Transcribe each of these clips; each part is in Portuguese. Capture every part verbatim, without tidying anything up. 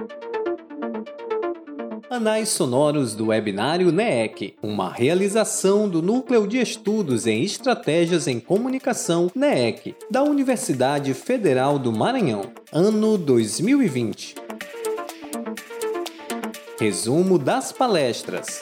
Anais sonoros do webinário N E C, uma realização do Núcleo de Estudos em Estratégias em Comunicação N E C, da Universidade Federal do Maranhão, ano dois mil e vinte. Resumo das palestras.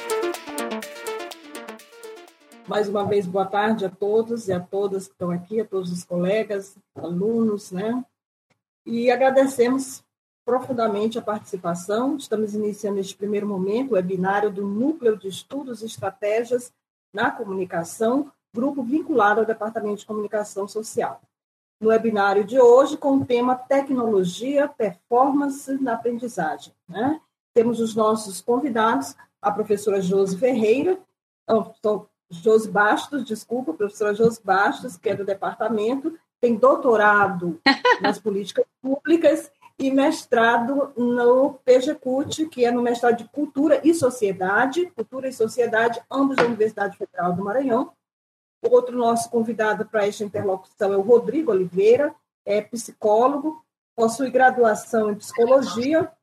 Mais uma vez, boa tarde a todos e a todas que estão aqui, a todos os colegas, alunos, né? E agradecemos profundamente a participação. Estamos iniciando este primeiro momento, o webinário do Núcleo de Estudos e Estratégias na Comunicação, grupo vinculado ao Departamento de Comunicação Social. No webinário de hoje, com o tema Tecnologia, Performance na Aprendizagem, né? Temos os nossos convidados, a professora Josi Ferreira, oh, Josi Bastos, desculpa, a professora Josi Bastos, que é do departamento, tem doutorado nas políticas públicas e mestrado no P G C U T, que é no mestrado de Cultura e Sociedade, Cultura e Sociedade, ambos da Universidade Federal do Maranhão. O outro nosso convidado para esta interlocução é o Rodrigo Oliveira, é psicólogo, possui graduação em Psicologia,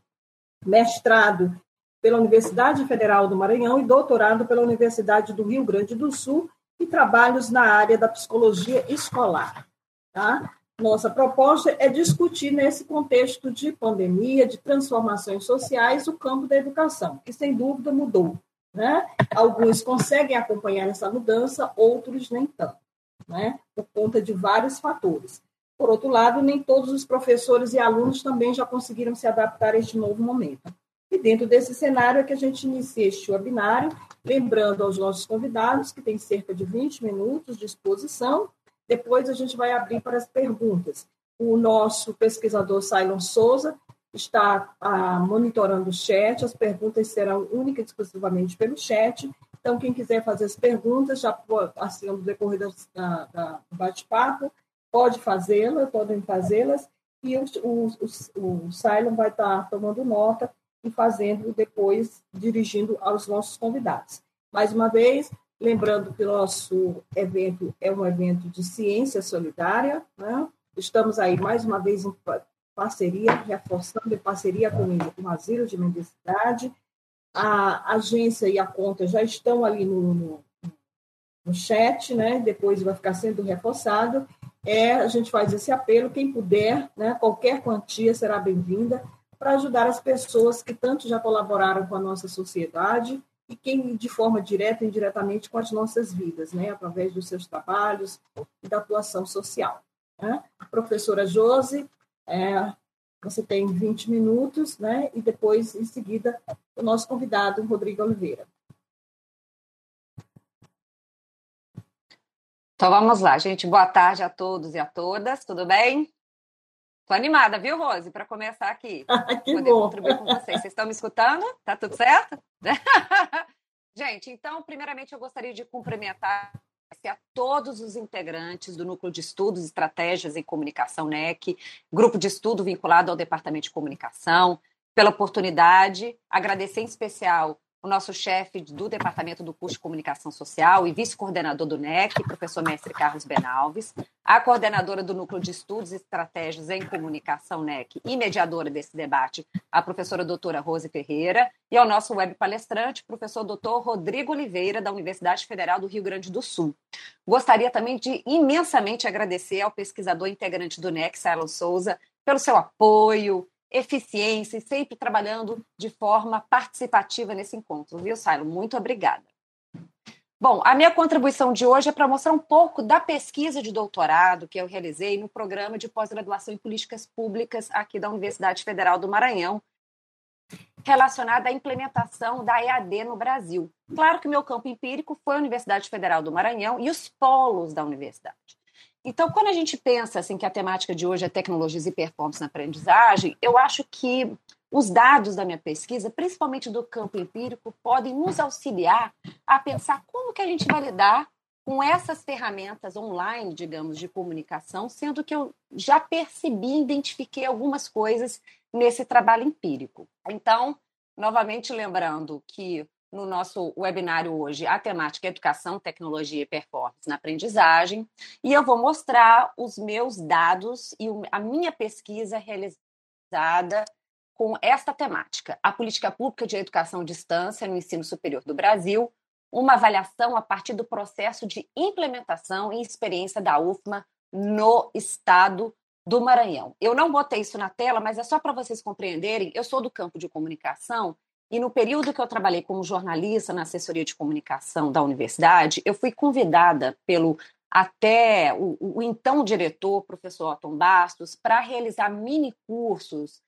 mestrado pela Universidade Federal do Maranhão e doutorado pela Universidade do Rio Grande do Sul e trabalhos na área da psicologia escolar. Tá? Nossa proposta é discutir nesse contexto de pandemia, de transformações sociais, o campo da educação, que sem dúvida mudou, né? Alguns conseguem acompanhar essa mudança, outros nem tanto, né? Por conta de vários fatores. Por outro lado, nem todos os professores e alunos também já conseguiram se adaptar a este novo momento. E dentro desse cenário é que a gente inicia este webinário, lembrando aos nossos convidados que tem cerca de vinte minutos de exposição. Depois a gente vai abrir para as perguntas. O nosso pesquisador Sailon Souza está ah, monitorando o chat, as perguntas serão única e exclusivamente pelo chat. Então, quem quiser fazer as perguntas, já assim, no decorrer da, da, do bate-papo, pode fazê-las, podem fazê-las, e o, o, o, o Sailon vai estar tomando nota e fazendo depois, dirigindo aos nossos convidados. Mais uma vez, lembrando que o nosso evento é um evento de ciência solidária, né? Estamos aí, mais uma vez, em parceria, reforçando em parceria com, com o Asilo de Mendicidade. A agência e a conta já estão ali no, no, no chat, né? Depois vai ficar sendo reforçado. É, a gente faz esse apelo, quem puder, né? Qualquer quantia será bem-vinda, para ajudar as pessoas que tanto já colaboraram com a nossa sociedade e quem, de forma direta e indiretamente, com as nossas vidas, né, através dos seus trabalhos e da atuação social. Né? Professora Josi, é, você tem vinte minutos, né, e depois, em seguida, o nosso convidado, Rodrigo Oliveira. Então, vamos lá, gente. Boa tarde a todos e a todas, tudo bem? Estou animada, viu, Rose, para começar aqui. Ah, que poder bom. contribuir com vocês. Vocês estão me escutando? Tá tudo certo? Gente, então, primeiramente, eu gostaria de cumprimentar a todos os integrantes do Núcleo de Estudos e Estratégias em Comunicação N E C, grupo de estudo vinculado ao Departamento de Comunicação, pela oportunidade, agradecer em especial o nosso chefe do Departamento do Curso de Comunicação Social e vice-coordenador do N E C, professor mestre Carlos Benalves, a coordenadora do Núcleo de Estudos e Estratégias em Comunicação N E C e mediadora desse debate, a professora doutora Rose Ferreira, e ao nosso web palestrante, professor doutor Rodrigo Oliveira, da Universidade Federal do Rio Grande do Sul. Gostaria também de imensamente agradecer ao pesquisador integrante do N E C, Sailon Souza, pelo seu apoio, eficiência e sempre trabalhando de forma participativa nesse encontro, viu, Sailon? Muito obrigada. Bom, a minha contribuição de hoje é para mostrar um pouco da pesquisa de doutorado que eu realizei no programa de pós-graduação em políticas públicas aqui da Universidade Federal do Maranhão, relacionada à implementação da E A D no Brasil. Claro que o meu campo empírico foi a Universidade Federal do Maranhão e os polos da universidade. Então, quando a gente pensa assim, que a temática de hoje é tecnologias e performance na aprendizagem, eu acho que os dados da minha pesquisa, principalmente do campo empírico, podem nos auxiliar a pensar como que a gente vai lidar com essas ferramentas online, digamos, de comunicação, sendo que eu já percebi, identifiquei algumas coisas nesse trabalho empírico. Então, novamente lembrando que no nosso webinário hoje, a temática é Educação, Tecnologia e Performance na Aprendizagem, e eu vou mostrar os meus dados e a minha pesquisa realizada com esta temática: a política pública de educação à distância no ensino superior do Brasil, uma avaliação a partir do processo de implementação e experiência da U F M A no estado do Maranhão. Eu não botei isso na tela, mas é só para vocês compreenderem. Eu sou do campo de comunicação e no período que eu trabalhei como jornalista na assessoria de comunicação da universidade, eu fui convidada pelo até o, o então diretor, professor Otton Bastos, para realizar mini cursos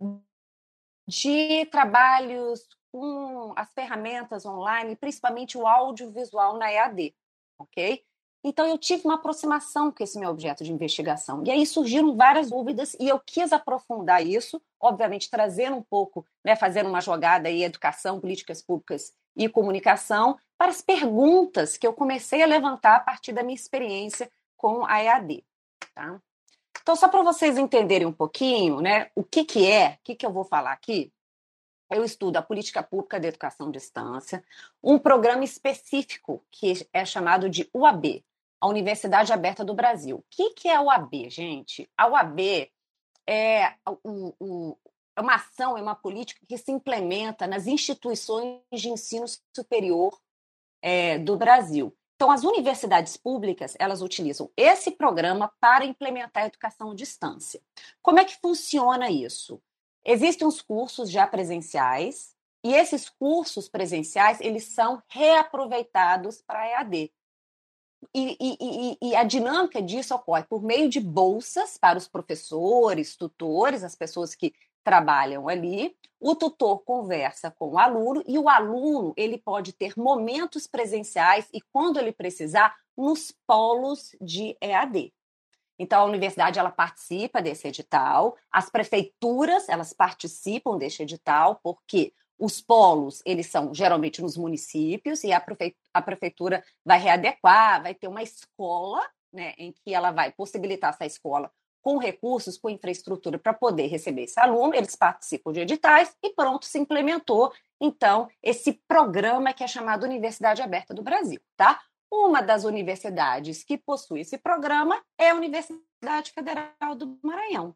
de trabalhos com as ferramentas online, principalmente o audiovisual na E A D, ok? Então, eu tive uma aproximação com esse meu objeto de investigação. E aí surgiram várias dúvidas e eu quis aprofundar isso, obviamente trazendo um pouco, né, fazendo uma jogada aí, educação, políticas públicas e comunicação, para as perguntas que eu comecei a levantar a partir da minha experiência com a E A D. Tá? Então, só para vocês entenderem um pouquinho, né, o que, que é, o que, que eu vou falar aqui, eu estudo a política pública de educação à distância, um programa específico que é chamado de U A B, a Universidade Aberta do Brasil. O que, que é a U A B, gente? A U A B é, um, um, é uma ação, é uma política que se implementa nas instituições de ensino superior é, do Brasil. Então, as universidades públicas, elas utilizam esse programa para implementar a educação à distância. Como é que funciona isso? Existem os cursos já presenciais e esses cursos presenciais, eles são reaproveitados para a E A D. E, e, e, e a dinâmica disso ocorre por meio de bolsas para os professores, tutores, as pessoas que trabalham ali. O tutor conversa com o aluno e o aluno ele pode ter momentos presenciais e, quando ele precisar, nos polos de E A D. Então, a universidade ela participa desse edital, as prefeituras elas participam desse edital, porque os polos, eles são geralmente nos municípios e a prefeitura, a prefeitura vai readequar, vai ter uma escola, né, em que ela vai possibilitar essa escola com recursos, com infraestrutura para poder receber esse aluno, eles participam de editais e pronto, se implementou, então, esse programa que é chamado Universidade Aberta do Brasil, tá? Uma das universidades que possui esse programa é a Universidade Federal do Maranhão.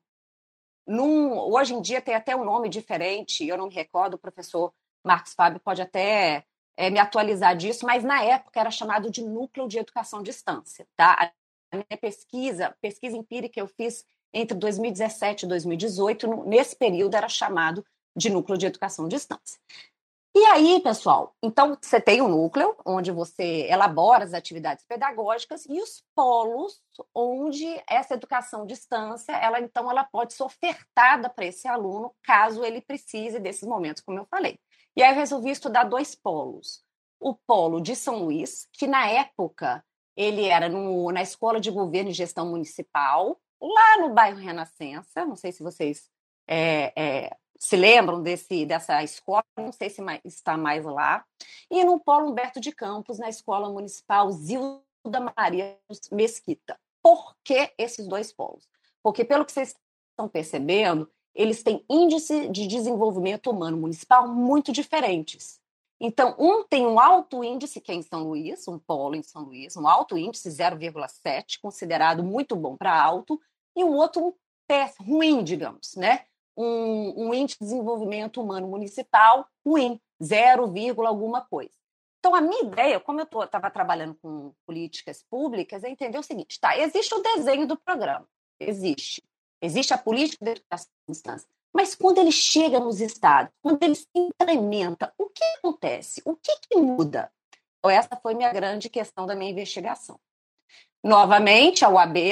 Num, hoje em dia tem até um nome diferente, eu não me recordo, o professor Marcos Fábio pode até é, me atualizar disso, mas na época era chamado de Núcleo de Educação à Distância. Tá? A minha pesquisa, pesquisa empírica que eu fiz entre dois mil e dezessete e dois mil e dezoito, nesse período era chamado de Núcleo de Educação à Distância. E aí, pessoal, então você tem um núcleo onde você elabora as atividades pedagógicas e os polos onde essa educação à distância, ela então ela pode ser ofertada para esse aluno caso ele precise desses momentos, como eu falei. E aí eu resolvi estudar dois polos. O polo de São Luís, que na época ele era no, na Escola de Governo e Gestão Municipal, lá no bairro Renascença, não sei se vocês... É, é, se lembram desse, dessa escola, não sei se mais, está mais lá, e no Polo Humberto de Campos, na Escola Municipal Zilda Maria Mesquita. Por que esses dois polos? Porque, pelo que vocês estão percebendo, eles têm índice de desenvolvimento humano municipal muito diferentes. Então, um tem um alto índice, que é em São Luís, um polo em São Luís, um alto índice, zero vírgula sete, considerado muito bom para alto, e o outro um péssimo, ruim, digamos, né? Um, um índice de desenvolvimento humano municipal ruim, zero, alguma coisa. Então, a minha ideia, como eu estava trabalhando com políticas públicas, é entender o seguinte, tá? Existe o desenho do programa, existe. Existe a política de educação à distância. Mas quando ele chega nos estados, quando ele se implementa, o que acontece? O que, que muda? Então, essa foi minha grande questão da minha investigação. Novamente, a U A B,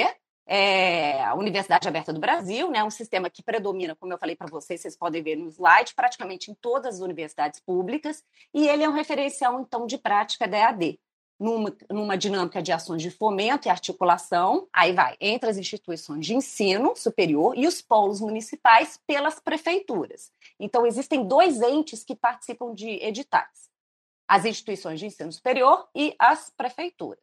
É, a Universidade Aberta do Brasil, né, um sistema que predomina, como eu falei para vocês, vocês podem ver no slide, praticamente em todas as universidades públicas, e ele é um referencial, então, de prática da E A D, numa, numa dinâmica de ações de fomento e articulação, aí vai, entre as instituições de ensino superior e os polos municipais pelas prefeituras. Então, existem dois entes que participam de editais, as instituições de ensino superior e as prefeituras.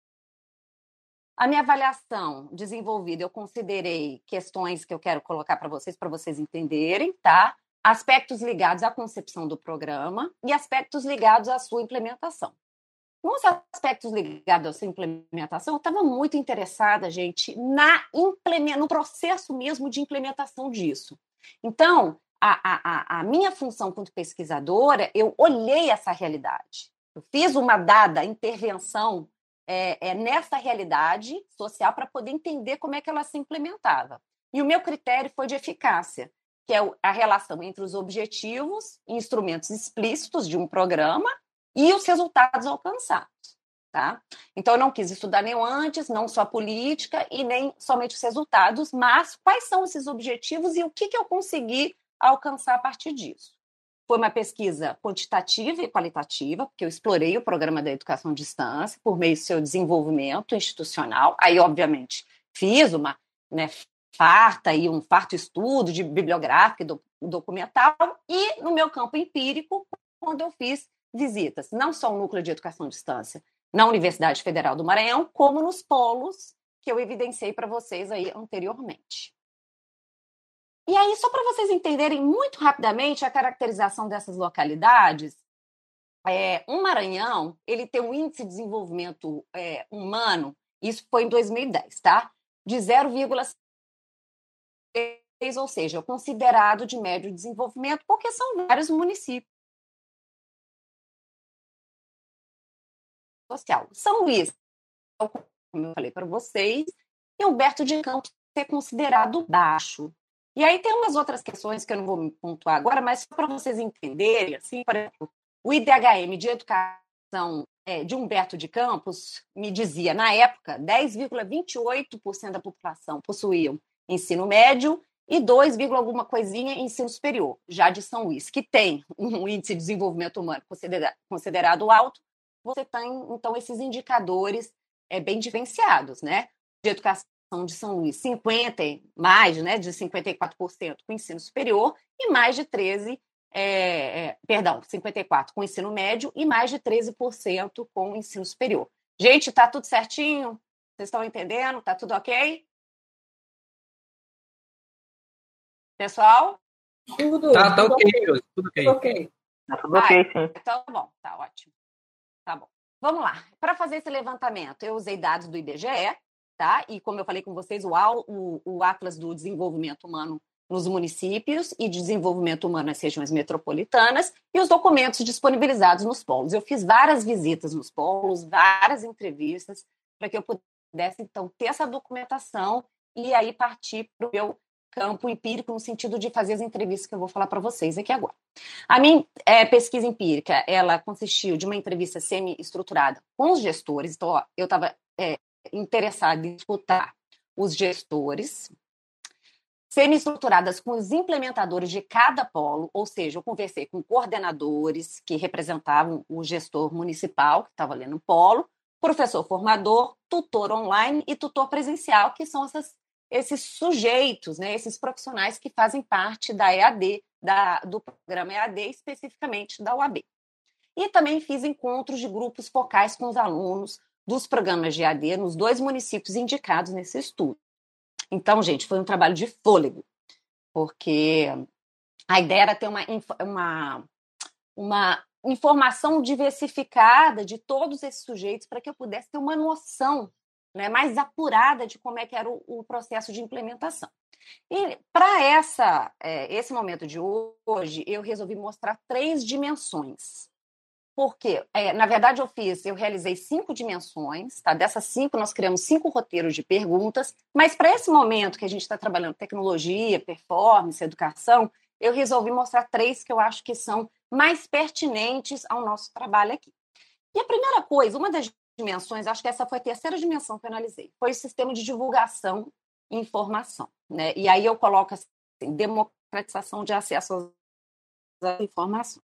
A minha avaliação desenvolvida, eu considerei questões que eu quero colocar para vocês, para vocês entenderem, tá? Aspectos ligados à concepção do programa e aspectos ligados à sua implementação. Nos aspectos ligados à sua implementação, eu estava muito interessada, gente, na implement... no processo mesmo de implementação disso. Então, a, a, a minha função como pesquisadora, eu olhei essa realidade. Eu fiz uma dada intervenção é, é, nessa realidade social para poder entender como é que ela se implementava. E o meu critério foi de eficácia, que é a relação entre os objetivos e instrumentos explícitos de um programa e os resultados alcançados. Tá? Então, eu não quis estudar nem o antes, não só a política e nem somente os resultados, mas quais são esses objetivos e o que, que eu consegui alcançar a partir disso. Foi uma pesquisa quantitativa e qualitativa, porque eu explorei o programa da educação à distância por meio do seu desenvolvimento institucional. Aí, obviamente, fiz uma, né, farta e um farto estudo de bibliográfico e do, documental, e no meu campo empírico, quando eu fiz visitas, não só ao núcleo de educação à distância na Universidade Federal do Maranhão, como nos polos que eu evidenciei para vocês aí anteriormente. E aí, só para vocês entenderem muito rapidamente a caracterização dessas localidades, é, o Maranhão ele tem um índice de desenvolvimento é, humano, isso foi em dois mil e dez, tá? De zero vírgula seis, ou seja, considerado de médio desenvolvimento, porque são vários municípios. Social. São Luís, como eu falei para vocês, e Humberto de Campos é considerado baixo. E aí tem umas outras questões que eu não vou me pontuar agora, mas só para vocês entenderem, assim, por exemplo, o I D H M de educação é, de Humberto de Campos me dizia, na época, dez vírgula vinte e oito por cento da população possuíam ensino médio e dois, alguma coisinha em ensino superior, já de São Luís, que tem um índice de desenvolvimento humano considerado, considerado alto. Você tem, então, esses indicadores é, bem diferenciados, né? De educação de São Luís, cinquenta, mais né, de cinquenta e quatro por cento com ensino superior e mais de treze por cento, é, é, perdão, cinquenta e quatro por cento com ensino médio e mais de treze por cento com ensino superior. Gente, tá tudo certinho? Vocês estão entendendo? Tá tudo ok? Pessoal? Tudo. Tá, tá tudo ok, ok. tudo ok. Tudo ok. Tá tudo ok, sim. Então, bom, tá ótimo. Tá bom. Vamos lá. Para fazer esse levantamento, eu usei dados do I B G E, tá? E como eu falei com vocês, o, o, o Atlas do Desenvolvimento Humano nos municípios e de desenvolvimento humano nas regiões metropolitanas e os documentos disponibilizados nos polos. Eu fiz várias visitas nos polos, várias entrevistas, para que eu pudesse, então, ter essa documentação e aí partir para o meu campo empírico, no sentido de fazer as entrevistas que eu vou falar para vocês aqui agora. A minha é, pesquisa empírica, ela consistiu de uma entrevista semi-estruturada com os gestores. Então, ó, eu estava é, interessada em escutar os gestores, semi-estruturadas com os implementadores de cada polo, ou seja, eu conversei com coordenadores que representavam o gestor municipal, que estava ali no polo, professor formador, tutor online e tutor presencial, que são essas esses sujeitos, né, esses profissionais que fazem parte da E A D, da, do programa E A D, especificamente da U A B. E também fiz encontros de grupos focais com os alunos dos programas de E A D nos dois municípios indicados nesse estudo. Então, gente, foi um trabalho de fôlego, porque a ideia era ter uma, uma, uma informação diversificada de todos esses sujeitos para que eu pudesse ter uma noção, né, mais apurada de como é que era o, o processo de implementação. E para essa é, esse momento de hoje, eu resolvi mostrar três dimensões. Porque, é, na verdade, eu fiz, eu realizei cinco dimensões, tá? Dessas cinco, nós criamos cinco roteiros de perguntas, mas para esse momento que a gente está trabalhando tecnologia, performance, educação, eu resolvi mostrar três que eu acho que são mais pertinentes ao nosso trabalho aqui. E a primeira coisa, uma das dimensões, acho que essa foi a terceira dimensão que eu analisei, foi o sistema de divulgação e informação, né? E aí eu coloco assim, democratização de acesso às informações.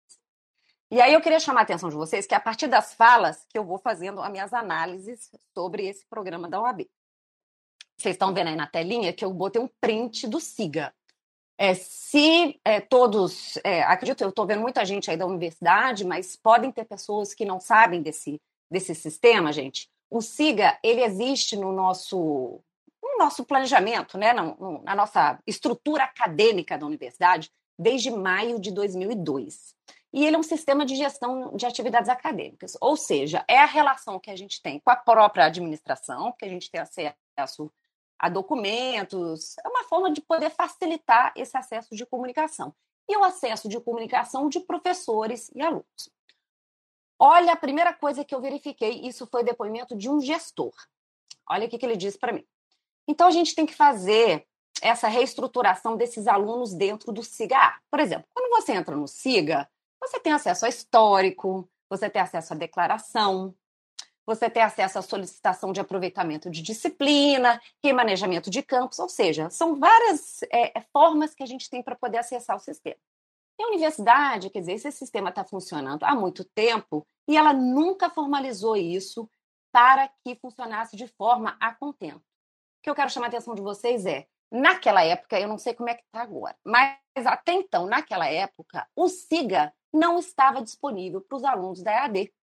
E aí eu queria chamar a atenção de vocês que é a partir das falas que eu vou fazendo as minhas análises sobre esse programa da U A B. Vocês estão vendo aí na telinha que eu botei um print do SIGA. É, se é, todos, é, acredito, eu estou vendo muita gente aí da universidade, mas podem ter pessoas que não sabem desse desse sistema, gente. O SIGA, ele existe no nosso, no nosso planejamento, né, na, na nossa estrutura acadêmica da universidade, desde maio de dois mil e dois. E ele é um sistema de gestão de atividades acadêmicas, ou seja, é a relação que a gente tem com a própria administração, que a gente tem acesso a documentos, é uma forma de poder facilitar esse acesso de comunicação. E o acesso de comunicação de professores e alunos. Olha, a primeira coisa que eu verifiquei, isso foi depoimento de um gestor. Olha o que, que ele disse para mim. Então, a gente tem que fazer essa reestruturação desses alunos dentro do SIGA. Por exemplo, quando você entra no SIGA, você tem acesso a histórico, você tem acesso à declaração, você tem acesso à solicitação de aproveitamento de disciplina, remanejamento de campos, ou seja, são várias é, formas que a gente tem para poder acessar o sistema. E a universidade, quer dizer, esse sistema está funcionando há muito tempo e ela nunca formalizou isso para que funcionasse de forma a contento. O que eu quero chamar a atenção de vocês é, naquela época, eu não sei como é que está agora, mas até então, naquela época, o SIGA não estava disponível para os alunos da E A D.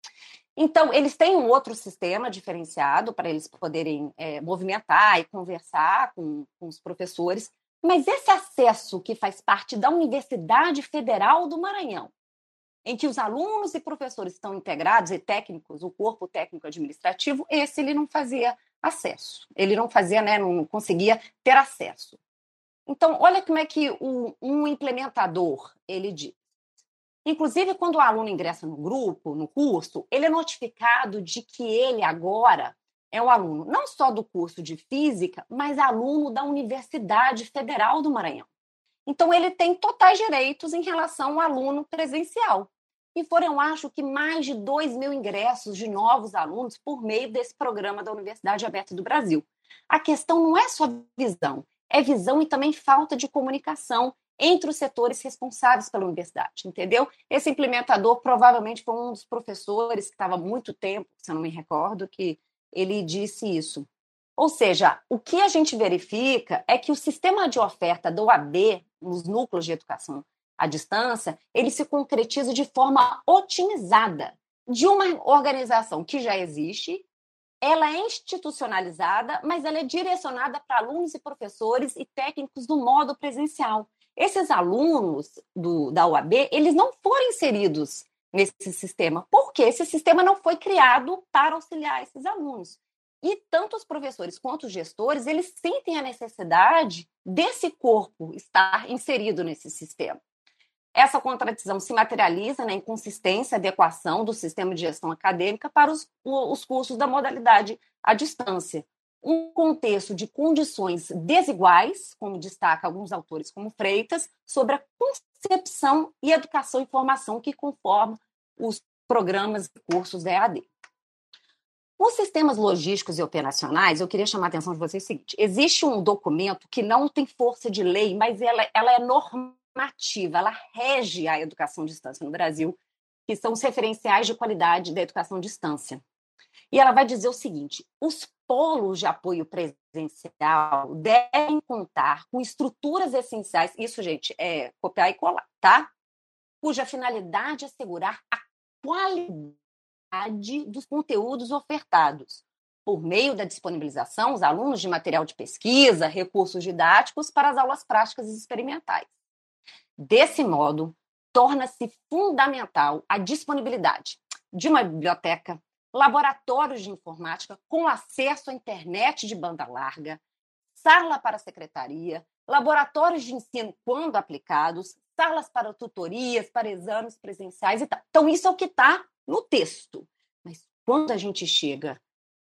Então, eles têm um outro sistema diferenciado para eles poderem é, movimentar e conversar com, com os professores, mas esse acesso que faz parte da Universidade Federal do Maranhão, em que os alunos e professores estão integrados e técnicos, o corpo técnico administrativo, esse ele não fazia acesso. Ele não fazia, né, não conseguia ter acesso. Então, olha como é que o, um implementador, ele diz. Inclusive, quando o aluno ingressa no grupo, no curso, ele é notificado de que ele agora é um aluno não só do curso de Física, mas aluno da Universidade Federal do Maranhão. Então, ele tem totais direitos em relação ao aluno presencial. E foram, eu acho, que mais de dois mil ingressos de novos alunos por meio desse programa da Universidade Aberta do Brasil. A questão não é só visão, é visão e também falta de comunicação entre os setores responsáveis pela universidade, entendeu? Esse implementador provavelmente foi um dos professores que estava há muito tempo, se eu não me recordo, que ele disse isso. Ou seja, o que a gente verifica é que o sistema de oferta da U A B, nos núcleos de educação à distância, ele se concretiza de forma otimizada de uma organização que já existe, ela é institucionalizada, mas ela é direcionada para alunos e professores e técnicos do modo presencial. Esses alunos do, da U A B, eles não foram inseridos nesse sistema, porque esse sistema não foi criado para auxiliar esses alunos. E tanto os professores quanto os gestores, eles sentem a necessidade desse corpo estar inserido nesse sistema. Essa contradição se materializa na inconsistência, adequação do sistema de gestão acadêmica para os, os cursos da modalidade à distância. Um contexto de condições desiguais, como destaca alguns autores como Freitas, sobre a concepção e educação e formação que conformam os programas e cursos da E A D. Os sistemas logísticos e operacionais, eu queria chamar a atenção de vocês o seguinte, existe um documento que não tem força de lei, mas ela, ela é normativa, ela rege a educação à distância no Brasil, que são os referenciais de qualidade da educação à distância. E ela vai dizer o seguinte, os polos de apoio presencial devem contar com estruturas essenciais, isso, gente, é copiar e colar, tá? Cuja finalidade é assegurar a qualidade dos conteúdos ofertados, por meio da disponibilização aos alunos de material de pesquisa, recursos didáticos para as aulas práticas e experimentais. Desse modo, torna-se fundamental a disponibilidade de uma biblioteca, laboratórios de informática com acesso à internet de banda larga, sala para a secretaria, laboratórios de ensino quando aplicados, salas para tutorias, para exames presenciais e tal. Então, isso é o que está no texto. Mas quando a gente chega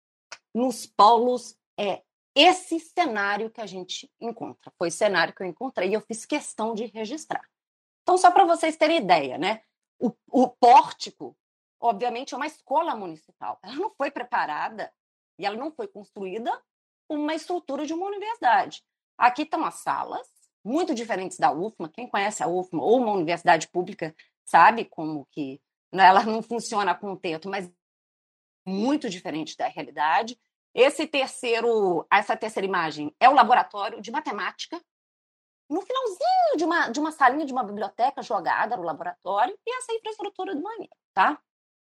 nos polos, é esse cenário que a gente encontra. Foi o cenário que eu encontrei e eu fiz questão de registrar. Então, só para vocês terem ideia, né? O, o pórtico, obviamente, é uma escola municipal. Ela não foi preparada e ela não foi construída como uma estrutura de uma universidade. Aqui estão as salas, muito diferentes da U F M A. Quem conhece a U F M A ou uma universidade pública sabe como que, né, ela não funciona com teto, mas muito diferente da realidade. Esse terceiro, essa terceira imagem é o laboratório de matemática. No finalzinho de uma, de uma salinha de uma biblioteca jogada no laboratório, e essa é a infraestrutura do banheiro, tá?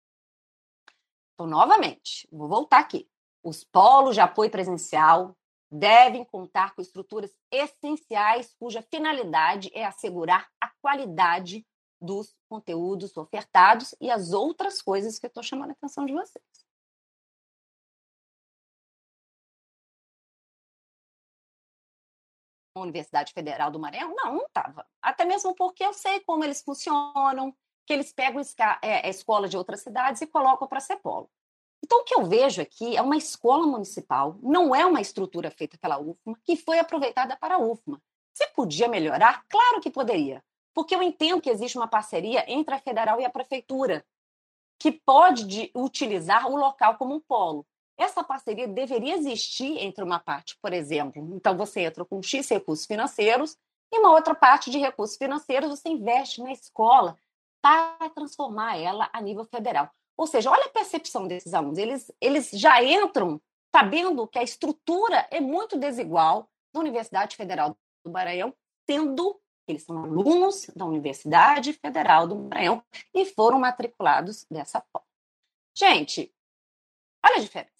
Então, novamente, vou voltar aqui. Os polos de apoio presencial devem contar com estruturas essenciais cuja finalidade é assegurar a qualidade dos conteúdos ofertados e as outras coisas que eu estou chamando a atenção de vocês. Universidade Federal do Maranhão? Não, não estava. Até mesmo porque eu sei como eles funcionam, que eles pegam a escola de outras cidades e colocam para ser polo. Então, o que eu vejo aqui é uma escola municipal, não é uma estrutura feita pela U F M A, que foi aproveitada para a U F M A. Se podia melhorar? Claro que poderia, porque eu entendo que existe uma parceria entre a federal e a prefeitura, que pode de, utilizar o local como um polo. Essa parceria deveria existir entre uma parte, por exemplo, então você entra com X recursos financeiros e uma outra parte de recursos financeiros você investe na escola para transformar ela a nível federal. Ou seja, olha a percepção desses alunos. Eles, eles já entram sabendo que a estrutura é muito desigual da Universidade Federal do Maranhão, sendo que eles são alunos da Universidade Federal do Maranhão e foram matriculados dessa forma. Gente, olha a diferença.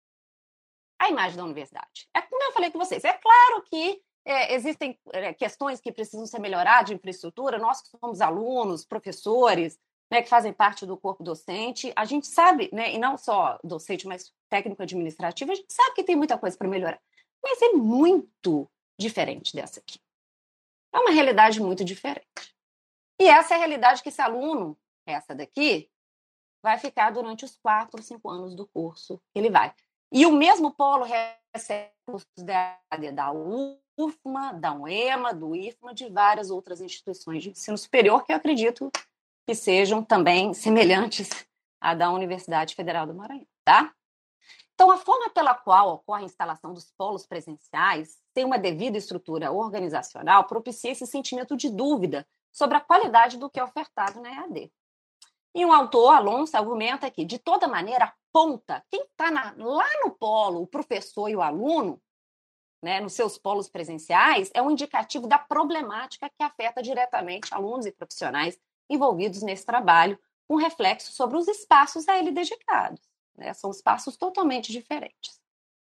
A imagem da universidade. É como eu falei com vocês, é claro que é, existem é, questões que precisam ser melhoradas de infraestrutura, nós que somos alunos, professores, né, que fazem parte do corpo docente, a gente sabe, né, e não só docente, mas técnico-administrativo, a gente sabe que tem muita coisa para melhorar, mas é muito diferente dessa aqui. É uma realidade muito diferente. E essa é a realidade que esse aluno, essa daqui, vai ficar durante os quatro, cinco anos do curso que ele vai. E o mesmo polo recebe cursos da, da U F M A, da U E M A, do I F M A, de várias outras instituições de ensino superior, que eu acredito que sejam também semelhantes à da Universidade Federal do Maranhão, tá? Então, a forma pela qual ocorre a instalação dos polos presenciais tem uma devida estrutura organizacional, propicia esse sentimento de dúvida sobre a qualidade do que é ofertado na E A D. E um autor, Alonso, argumenta que, de toda maneira, aponta quem está lá no polo, o professor e o aluno, né, nos seus polos presenciais, é um indicativo da problemática que afeta diretamente alunos e profissionais envolvidos nesse trabalho, com reflexo sobre os espaços a ele dedicados. Né? São espaços totalmente diferentes.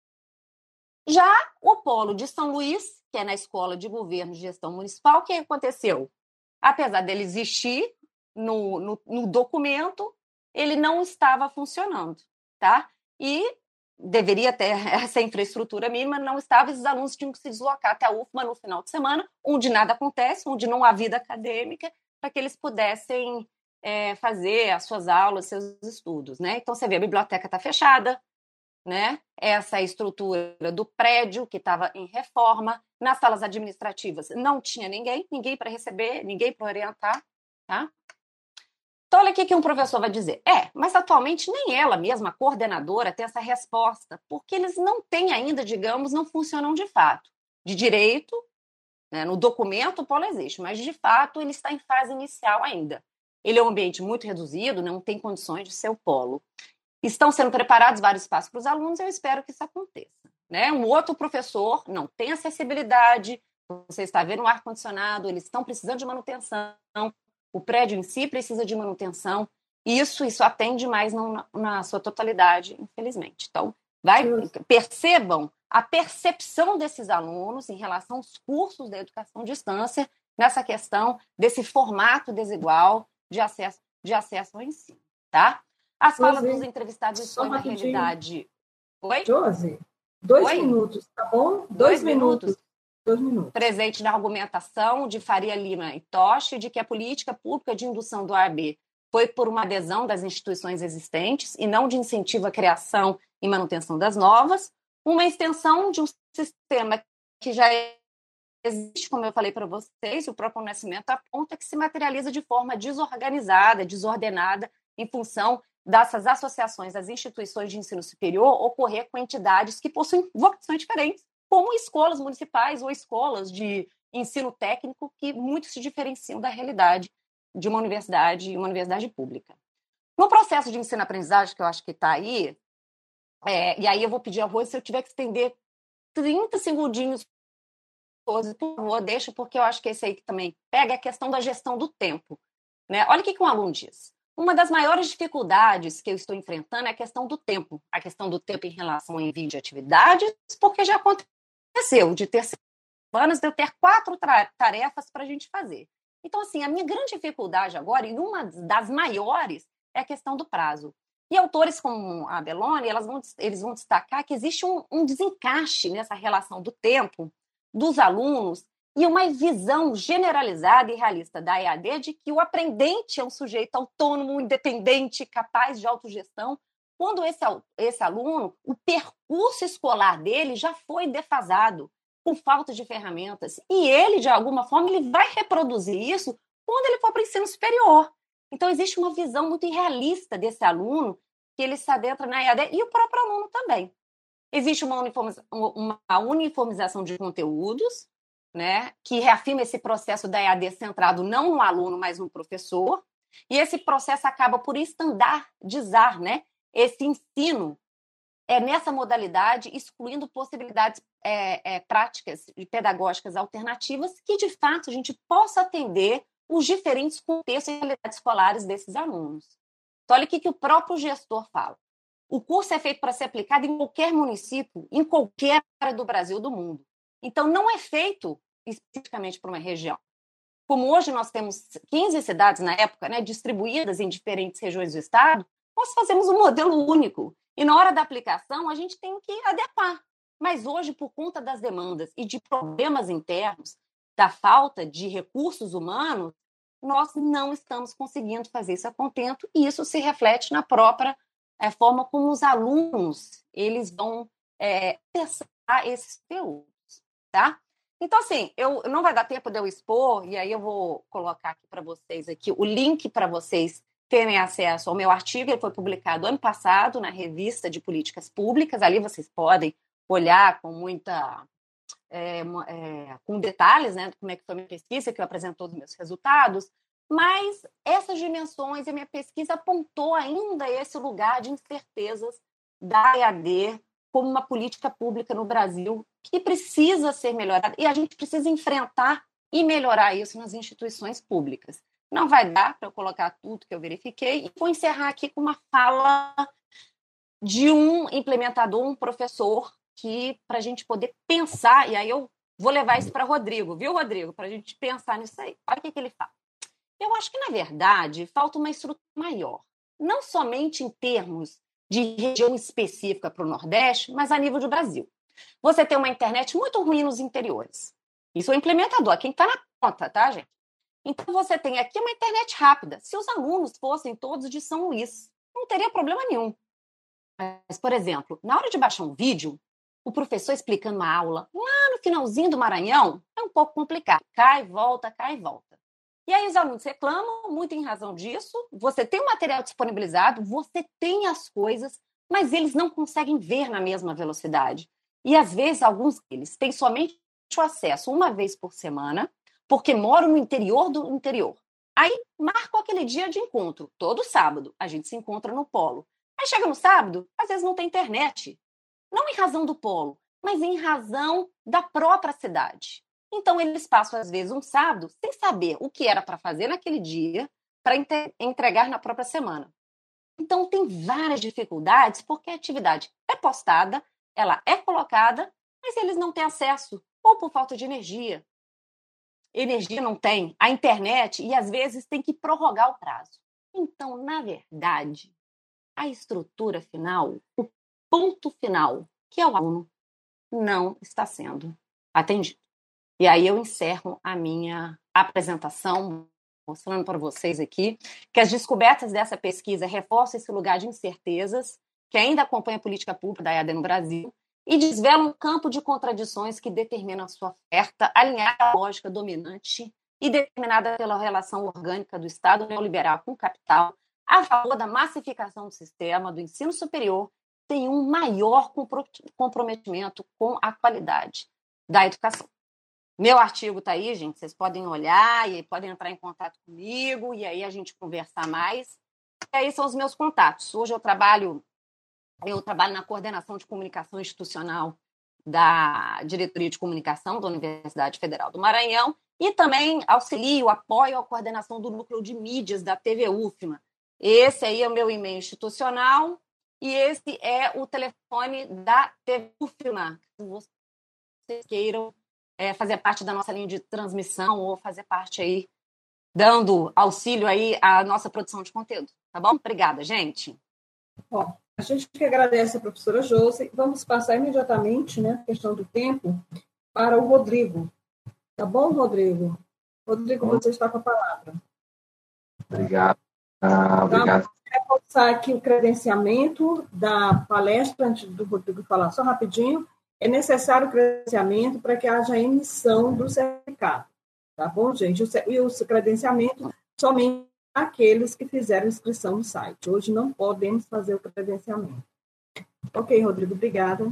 Já o polo de São Luís, que é na Escola de Governo e Gestão Municipal, o que aconteceu? Apesar dele existir no, no, no documento, ele não estava funcionando, tá? E deveria ter essa infraestrutura mínima, não estava, esses alunos tinham que se deslocar até a U F M A no final de semana, onde nada acontece, onde não há vida acadêmica, para que eles pudessem é, fazer as suas aulas, seus estudos, né? Então, você vê, a biblioteca está fechada, né? Essa estrutura do prédio que estava em reforma, nas salas administrativas não tinha ninguém, ninguém para receber, ninguém para orientar, tá? Então, olha aqui que um professor vai dizer. É, mas atualmente nem ela mesma, a coordenadora, tem essa resposta, porque eles não têm ainda, digamos, não funcionam de fato. De direito, né, no documento o polo existe, mas de fato ele está em fase inicial ainda. Ele é um ambiente muito reduzido, não tem condições de ser o polo. Estão sendo preparados vários espaços para os alunos, eu espero que isso aconteça. Né? Um outro professor não tem acessibilidade, você está vendo o ar-condicionado, eles estão precisando de manutenção, o prédio em si precisa de manutenção, isso, isso atende mais na, na sua totalidade, infelizmente. Então, vai, percebam a percepção desses alunos em relação aos cursos da educação à distância nessa questão desse formato desigual de acesso, de acesso ao ensino, tá? As falas dos entrevistados expõem a realidade... Oi? Josi, dois Oi? minutos, tá bom? Dois, dois minutos. minutos. Dois minutos. Presente na argumentação de Faria Lima e Toche de que a política pública de indução do A R B foi por uma adesão das instituições existentes e não de incentivo à criação e manutenção das novas, uma extensão de um sistema que já existe, como eu falei para vocês, o próprio Nascimento aponta que se materializa de forma desorganizada, desordenada, em função dessas associações das instituições de ensino superior ocorrer com entidades que possuem vocações diferentes, como escolas municipais ou escolas de ensino técnico que muito se diferenciam da realidade de uma universidade e uma universidade pública. No processo de ensino-aprendizagem, que eu acho que está aí, é, e aí eu vou pedir a Rose, se eu tiver que estender trinta segundinhos, por favor, deixa, porque eu acho que esse aí que também pega a questão da gestão do tempo. Né? Olha o que, que um aluno diz. Uma das maiores dificuldades que eu estou enfrentando é a questão do tempo. A questão do tempo em relação ao envio de atividades, porque já aconteceu de ter semanas de eu ter quatro tarefas para a gente fazer. Então, assim, a minha grande dificuldade agora, e uma das maiores, é a questão do prazo. E autores como a Belloni, elas vão, eles vão destacar que existe um, um desencaixe nessa relação do tempo dos alunos e uma visão generalizada e realista da E A D de que o aprendente é um sujeito autônomo, independente, capaz de autogestão, quando esse, esse aluno, o percurso escolar dele já foi defasado, com falta de ferramentas. E ele, de alguma forma, ele vai reproduzir isso quando ele for para o ensino superior. Então, existe uma visão muito irrealista desse aluno, que ele se adentra na E A D, e o próprio aluno também. Existe uma, uniformiza- uma uniformização de conteúdos, né, que reafirma esse processo da E A D centrado não no aluno, mas no professor, e esse processo acaba por estandardizar, né, esse ensino é, nessa modalidade, excluindo possibilidades é, é, práticas e pedagógicas alternativas que, de fato, a gente possa atender os diferentes contextos e realidades escolares desses alunos. Então, olha o que, que o próprio gestor fala. O curso é feito para ser aplicado em qualquer município, em qualquer área do Brasil, do mundo. Então, não é feito especificamente para uma região. Como hoje nós temos quinze cidades, na época, né, distribuídas em diferentes regiões do estado, nós fazemos um modelo único. E na hora da aplicação, a gente tem que adequar. Mas hoje, por conta das demandas e de problemas internos, da falta de recursos humanos, nós não estamos conseguindo fazer isso a contento, e isso se reflete na própria é, forma como os alunos eles vão é, acessar esses conteúdos, tá? Então, assim, eu não vai dar tempo de eu expor, e aí eu vou colocar aqui para vocês aqui o link para vocês terem acesso ao meu artigo. Ele foi publicado ano passado na Revista de Políticas Públicas. Ali vocês podem olhar com muita é, é, com detalhes, né, como é que foi a minha pesquisa, que eu apresento todos os meus resultados, mas essas dimensões, a minha pesquisa apontou ainda esse lugar de incertezas da E A D como uma política pública no Brasil que precisa ser melhorada, e a gente precisa enfrentar e melhorar isso nas instituições públicas. Não vai dar para eu colocar tudo que eu verifiquei, e vou encerrar aqui com uma fala de um implementador, um professor, que para a gente poder pensar, e aí eu vou levar isso para Rodrigo, viu, Rodrigo? Para a gente pensar nisso aí. Olha o que, que ele fala. Eu acho que, na verdade, falta uma estrutura maior, não somente em termos de região específica para o Nordeste, mas a nível do Brasil. Você tem uma internet muito ruim nos interiores. Isso é o implementador, quem está na ponta, tá, gente? Então, você tem aqui uma internet rápida. Se os alunos fossem todos de São Luís, não teria problema nenhum. Mas, por exemplo, na hora de baixar um vídeo, o professor explicando uma aula lá no finalzinho do Maranhão é um pouco complicado. Cai, volta, cai, volta. E aí os alunos reclamam, muito em razão disso. Você tem o material disponibilizado, você tem as coisas, mas eles não conseguem ver na mesma velocidade. E, às vezes, alguns deles têm somente o acesso uma vez por semana, porque moram no interior do interior. Aí, marcam aquele dia de encontro. Todo sábado, a gente se encontra no polo. Aí, chega no sábado, às vezes não tem internet. Não em razão do polo, mas em razão da própria cidade. Então, eles passam, às vezes, um sábado sem saber o que era para fazer naquele dia para entregar na própria semana. Então, tem várias dificuldades, porque a atividade é postada, ela é colocada, mas eles não têm acesso, ou por falta de energia. Energia não tem, a internet, e às vezes tem que prorrogar o prazo. Então, na verdade, a estrutura final, o ponto final, que é o aluno, não está sendo atendido. E aí eu encerro a minha apresentação, mostrando para vocês aqui que as descobertas dessa pesquisa reforçam esse lugar de incertezas que ainda acompanha a política pública da E A D no Brasil e desvelam um campo de contradições que determina a sua oferta alinhada à lógica dominante e determinada pela relação orgânica do Estado neoliberal com o capital, a favor da massificação do sistema do ensino superior, tem um maior comprometimento com a qualidade da educação. Meu artigo está aí, gente, vocês podem olhar e podem entrar em contato comigo e aí a gente conversar mais. E aí são os meus contatos. Hoje eu trabalho, eu trabalho na coordenação de comunicação institucional da Diretoria de Comunicação da Universidade Federal do Maranhão e também auxilio, apoio a coordenação do Núcleo de Mídias da T V U F M A. Esse aí é o meu e-mail institucional e esse é o telefone da T V U F M A, se vocês queiram É, fazer parte da nossa linha de transmissão ou fazer parte aí, dando auxílio aí à nossa produção de conteúdo. Tá bom? Obrigada, gente. Bom, a gente que agradece a professora Josi. Vamos passar imediatamente, né, a questão do tempo, para o Rodrigo. Tá bom, Rodrigo? Rodrigo, Bom. você está com a palavra. Obrigado. Ah, obrigado. Tá? Vou reforçar aqui o credenciamento da palestra, antes do Rodrigo falar só rapidinho. É necessário o credenciamento para que haja emissão do certificado. Tá bom, gente? E o credenciamento somente aqueles que fizeram inscrição no site. Hoje não podemos fazer o credenciamento. Ok, Rodrigo, obrigada.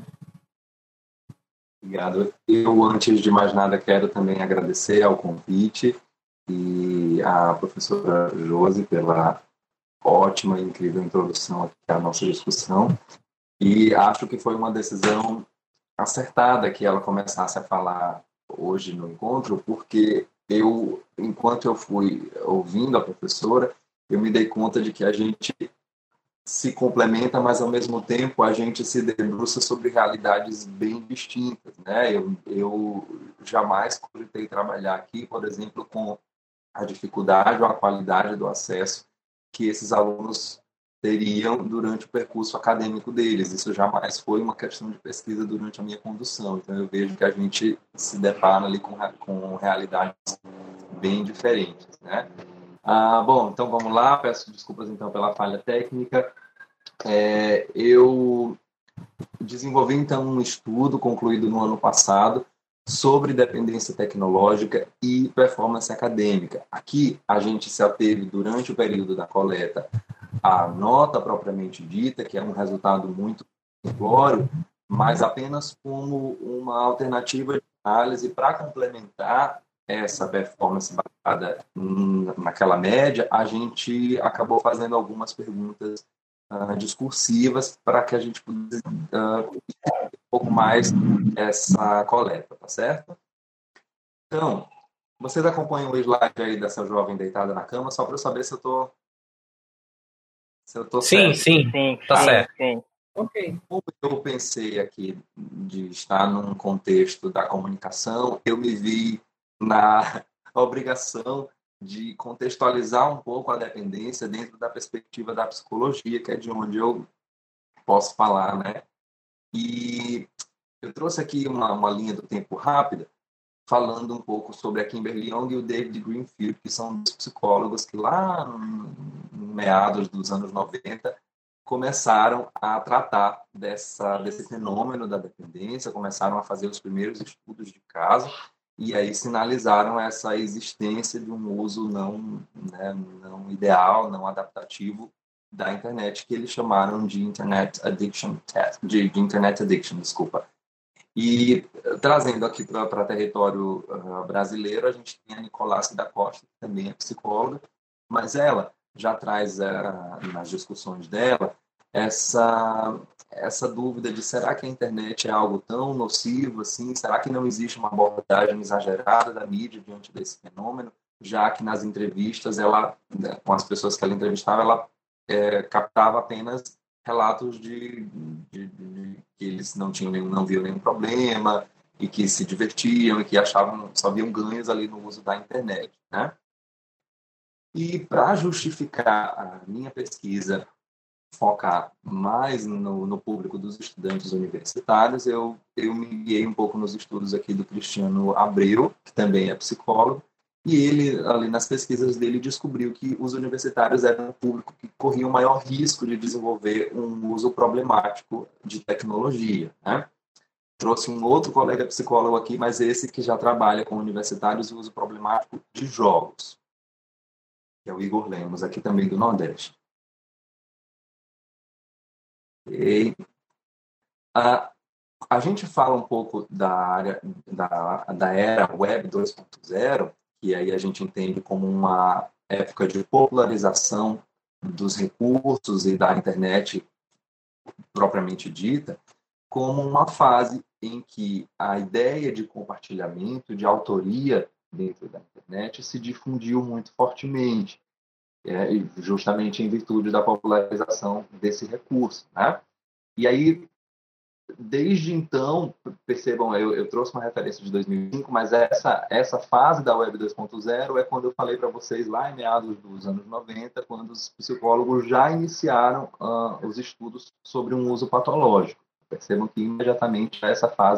Obrigado. Eu, antes de mais nada, quero também agradecer ao convite e à professora Josi pela ótima e incrível introdução aqui à nossa discussão. E acho que foi uma decisão acertada que ela começasse a falar hoje no encontro, porque eu, enquanto eu fui ouvindo a professora, eu me dei conta de que a gente se complementa, mas ao mesmo tempo a gente se debruça sobre realidades bem distintas, né? Eu, eu jamais cogitei trabalhar aqui, por exemplo, com a dificuldade ou a qualidade do acesso que esses alunos teriam durante o percurso acadêmico deles. Isso jamais foi uma questão de pesquisa durante a minha condução. Então eu vejo que a gente se depara ali com, com realidades bem diferentes, né? Ah, bom, então vamos lá. Peço desculpas então pela falha técnica. É, eu desenvolvi então um estudo concluído no ano passado sobre dependência tecnológica e performance acadêmica. Aqui a gente se ateve durante o período da coleta à nota propriamente dita, que é um resultado muito simplório, mas apenas como uma alternativa de análise para complementar essa performance baseada naquela média. A gente acabou fazendo algumas perguntas uh, discursivas para que a gente pudesse uh, um pouco mais essa coleta, tá certo? Então, vocês acompanham o slide aí dessa jovem deitada na cama, só para eu saber se eu tô se eu tô sim, certo. Sim, sim, tá, tá certo. Sim. Ok. Como eu pensei aqui de estar num contexto da comunicação, eu me vi na obrigação de contextualizar um pouco a dependência dentro da perspectiva da psicologia, que é de onde eu posso falar, né? E eu trouxe aqui uma, uma linha do tempo rápida, falando um pouco sobre a Kimberly Young e o David Greenfield, que são dois psicólogos que lá em meados dos anos noventa começaram a tratar dessa, desse fenômeno da dependência, começaram a fazer os primeiros estudos de caso e aí sinalizaram essa existência de um uso não, né, não ideal, não adaptativo da internet, que eles chamaram de Internet Addiction Test, de, de Internet Addiction, desculpa. E trazendo aqui para território uh, brasileiro, a gente tem a Nicolassi da Costa, que também é psicóloga, mas ela já traz, uh, nas discussões dela, essa, essa dúvida de será que a internet é algo tão nocivo assim? Será que não existe uma abordagem exagerada da mídia diante desse fenômeno? Já que nas entrevistas, ela, né, com as pessoas que ela entrevistava, ela é, captava apenas relatos de, de, de que eles não tinham nenhum, não viam nenhum problema e que se divertiam e que achavam só viam ganhos ali no uso da internet, né? E para justificar a minha pesquisa focar mais no, no público dos estudantes universitários, eu, eu me guiei um pouco nos estudos aqui do Cristiano Abreu, que também é psicólogo, e ele, ali nas pesquisas dele, descobriu que os universitários eram um público que corria o maior risco de desenvolver um uso problemático de tecnologia, né? Trouxe um outro colega psicólogo aqui, mas esse que já trabalha com universitários e uso problemático de jogos, que é o Igor Lemos, aqui também do Nordeste. E a, a gente fala um pouco da área da, da era Web dois ponto zero, que aí a gente entende como uma época de popularização dos recursos e da internet propriamente dita, como uma fase em que a ideia de compartilhamento, de autoria dentro da internet se difundiu muito fortemente. É, justamente em virtude da popularização desse recurso, né? E aí, desde então, percebam, eu, eu trouxe uma referência de dois mil e cinco, mas essa, essa fase da Web dois ponto zero é quando eu falei para vocês lá em meados dos anos noventa, quando os psicólogos já iniciaram uh, os estudos sobre um uso patológico. Percebam que imediatamente essa fase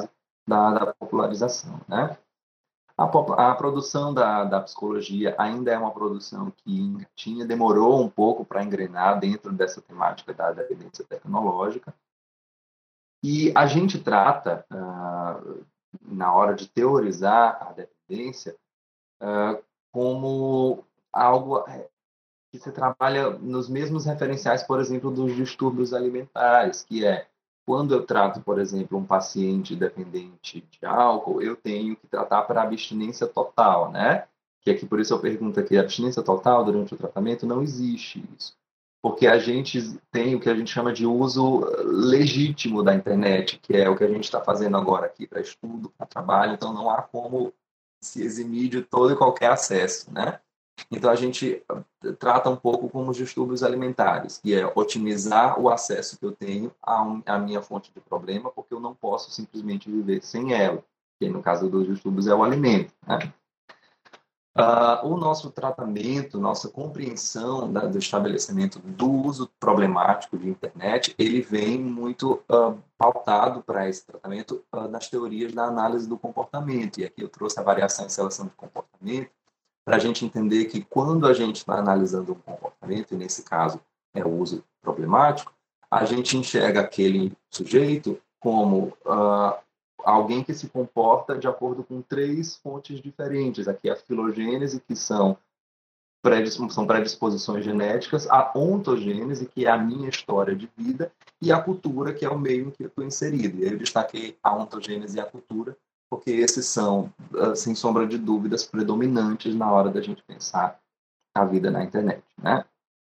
da, da popularização, né? A, a produção da, da psicologia ainda é uma produção que engatinha, demorou um pouco para engrenar dentro dessa temática da dependência tecnológica. E a gente trata, uh, na hora de teorizar a dependência, uh, como algo que se trabalha nos mesmos referenciais, por exemplo, dos distúrbios alimentares, que é quando eu trato, por exemplo, um paciente dependente de álcool, eu tenho que tratar para abstinência total, né? Que aqui, por isso eu pergunto aqui, abstinência total durante o tratamento não existe isso. Porque a gente tem o que a gente chama de uso legítimo da internet, que é o que a gente está fazendo agora aqui para estudo, para trabalho, então não há como se eximir de todo e qualquer acesso, né? Então, a gente trata um pouco como os distúrbios alimentares, que é otimizar o acesso que eu tenho à, à minha fonte de problema, porque eu não posso simplesmente viver sem ela, que no caso dos distúrbios é o alimento, né? Uh, o nosso tratamento, nossa compreensão da, do estabelecimento do uso problemático de internet, ele vem muito uh, pautado para esse tratamento uh, nas teorias da análise do comportamento. E aqui eu trouxe a variação e seleção de comportamento, para a gente entender que quando a gente está analisando um comportamento, e nesse caso é o uso problemático, a gente enxerga aquele sujeito como uh, alguém que se comporta de acordo com três fontes diferentes. Aqui a filogênese, que são, predisp são predisposições genéticas, a ontogênese, que é a minha história de vida, e a cultura, que é o meio em que eu estou inserido. E aí eu destaquei a ontogênese e a cultura, porque esses são, sem sombra de dúvidas, predominantes na hora da gente pensar a vida na internet, né?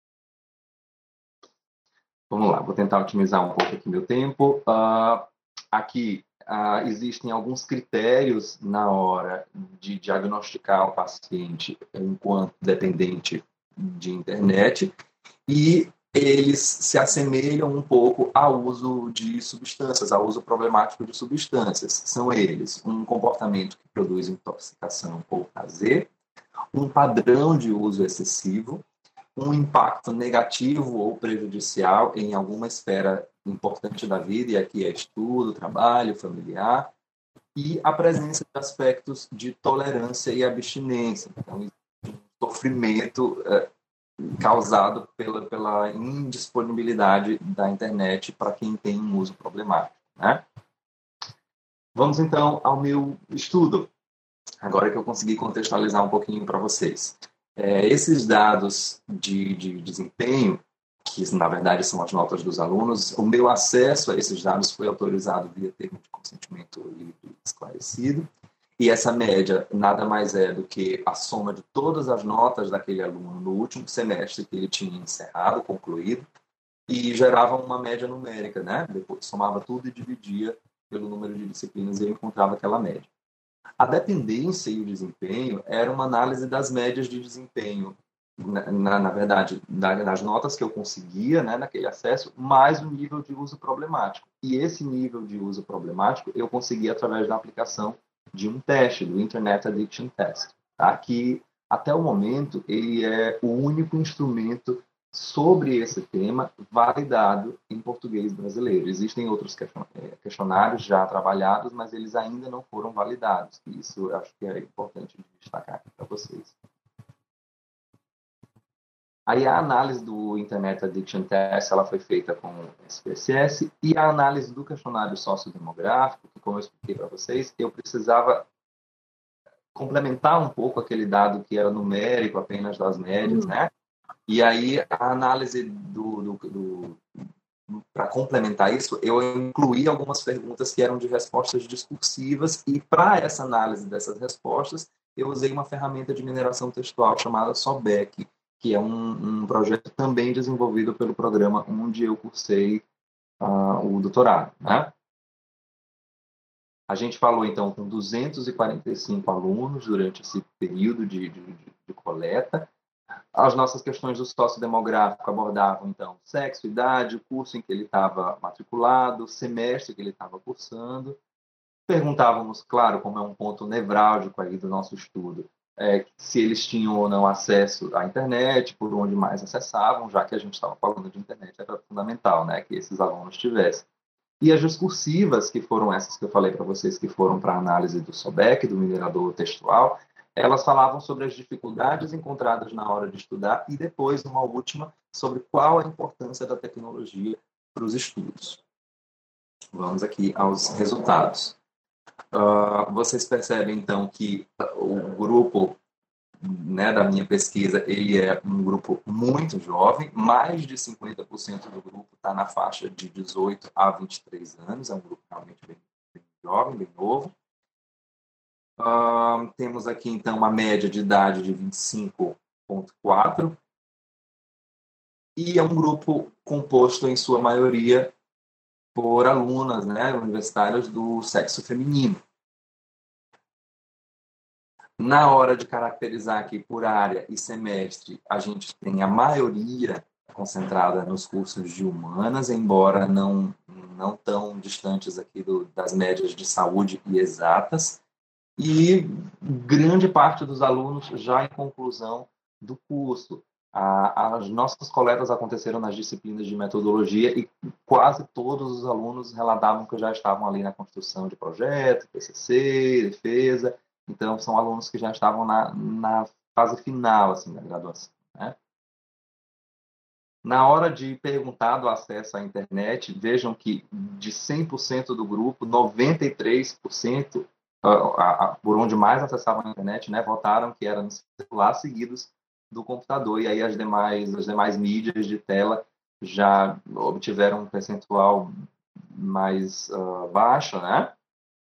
Vamos lá, vou tentar otimizar um pouco aqui meu tempo. Uh, aqui uh, existem alguns critérios na hora de diagnosticar o paciente enquanto dependente de internet, e eles se assemelham um pouco ao uso de substâncias, ao uso problemático de substâncias. São eles um comportamento que produz intoxicação ou prazer, um padrão de uso excessivo, um impacto negativo ou prejudicial em alguma esfera importante da vida, e aqui é estudo, trabalho, familiar, e a presença de aspectos de tolerância e abstinência. Então, um sofrimento é, causado pela, pela indisponibilidade da internet para quem tem um uso problemático, né? Vamos, então, ao meu estudo, agora que eu consegui contextualizar um pouquinho para vocês. É, esses dados de, de desempenho, que na verdade são as notas dos alunos, o meu acesso a esses dados foi autorizado via termo de consentimento livre e esclarecido, e essa média nada mais é do que a soma de todas as notas daquele aluno no último semestre que ele tinha encerrado, concluído, e gerava uma média numérica, né? Depois somava tudo e dividia pelo número de disciplinas e eu encontrava aquela média. A dependência e o desempenho era uma análise das médias de desempenho, na, na, na verdade, das notas que eu conseguia, né, naquele acesso, mais o nível de uso problemático. E esse nível de uso problemático eu conseguia através da aplicação de um teste, do Internet Addiction Test, tá? Que até o momento ele é o único instrumento sobre esse tema validado em português brasileiro. Existem outros questionários já trabalhados, mas eles ainda não foram validados. Isso eu acho que é importante destacar aqui para vocês. Aí a análise do Internet Addiction Test ela foi feita com o S P S S, e a análise do questionário sociodemográfico, que, como eu expliquei para vocês, eu precisava complementar um pouco aquele dado que era numérico apenas das médias, uhum. né? E aí a análise do, do, do para complementar isso, eu incluí algumas perguntas que eram de respostas discursivas, e para essa análise dessas respostas, eu usei uma ferramenta de mineração textual chamada Sobek, que é um, um projeto também desenvolvido pelo programa onde eu cursei uh, o doutorado, né? A gente falou, então, com duzentos e quarenta e cinco alunos durante esse período de, de, de coleta. As nossas questões do sociodemográfico abordavam, então, sexo, idade, o curso em que ele estava matriculado, semestre que ele estava cursando. Perguntávamos, claro, como é um ponto nevrálgico aí do nosso estudo, é, se eles tinham ou não acesso à internet, por onde mais acessavam, já que a gente estava falando de internet, era fundamental, né, que esses alunos tivessem. E as discursivas, que foram essas que eu falei para vocês, que foram para a análise do SOBEC, do minerador textual, elas falavam sobre as dificuldades encontradas na hora de estudar e depois, numa última, sobre qual a importância da tecnologia para os estudos. Vamos aqui aos resultados. Uh, vocês percebem, então, que o grupo, né, da minha pesquisa, ele é um grupo muito jovem, mais de cinquenta por cento do grupo está na faixa de dezoito a vinte e três anos, é um grupo realmente bem, bem jovem, bem novo. Uh, temos aqui, então, uma média de idade de vinte e cinco vírgula quatro, e é um grupo composto, em sua maioria, por alunas, né, universitárias do sexo feminino. Na hora de caracterizar aqui por área e semestre, a gente tem a maioria concentrada nos cursos de humanas, embora não, não tão distantes aqui do, das médias de saúde e exatas, e grande parte dos alunos já em conclusão do curso. A, as nossas coletas aconteceram nas disciplinas de metodologia e quase todos os alunos relatavam que já estavam ali na construção de projeto, T C C, defesa. Então, são alunos que já estavam na, na fase final assim, da graduação, né? Na hora de perguntar do acesso à internet, vejam que de cem por cento do grupo, noventa e três por cento, uh, a, a, por onde mais acessavam a internet, né, votaram que era no celular, seguidos do computador. E aí as demais, as demais mídias de tela já obtiveram um percentual mais uh, baixo, né?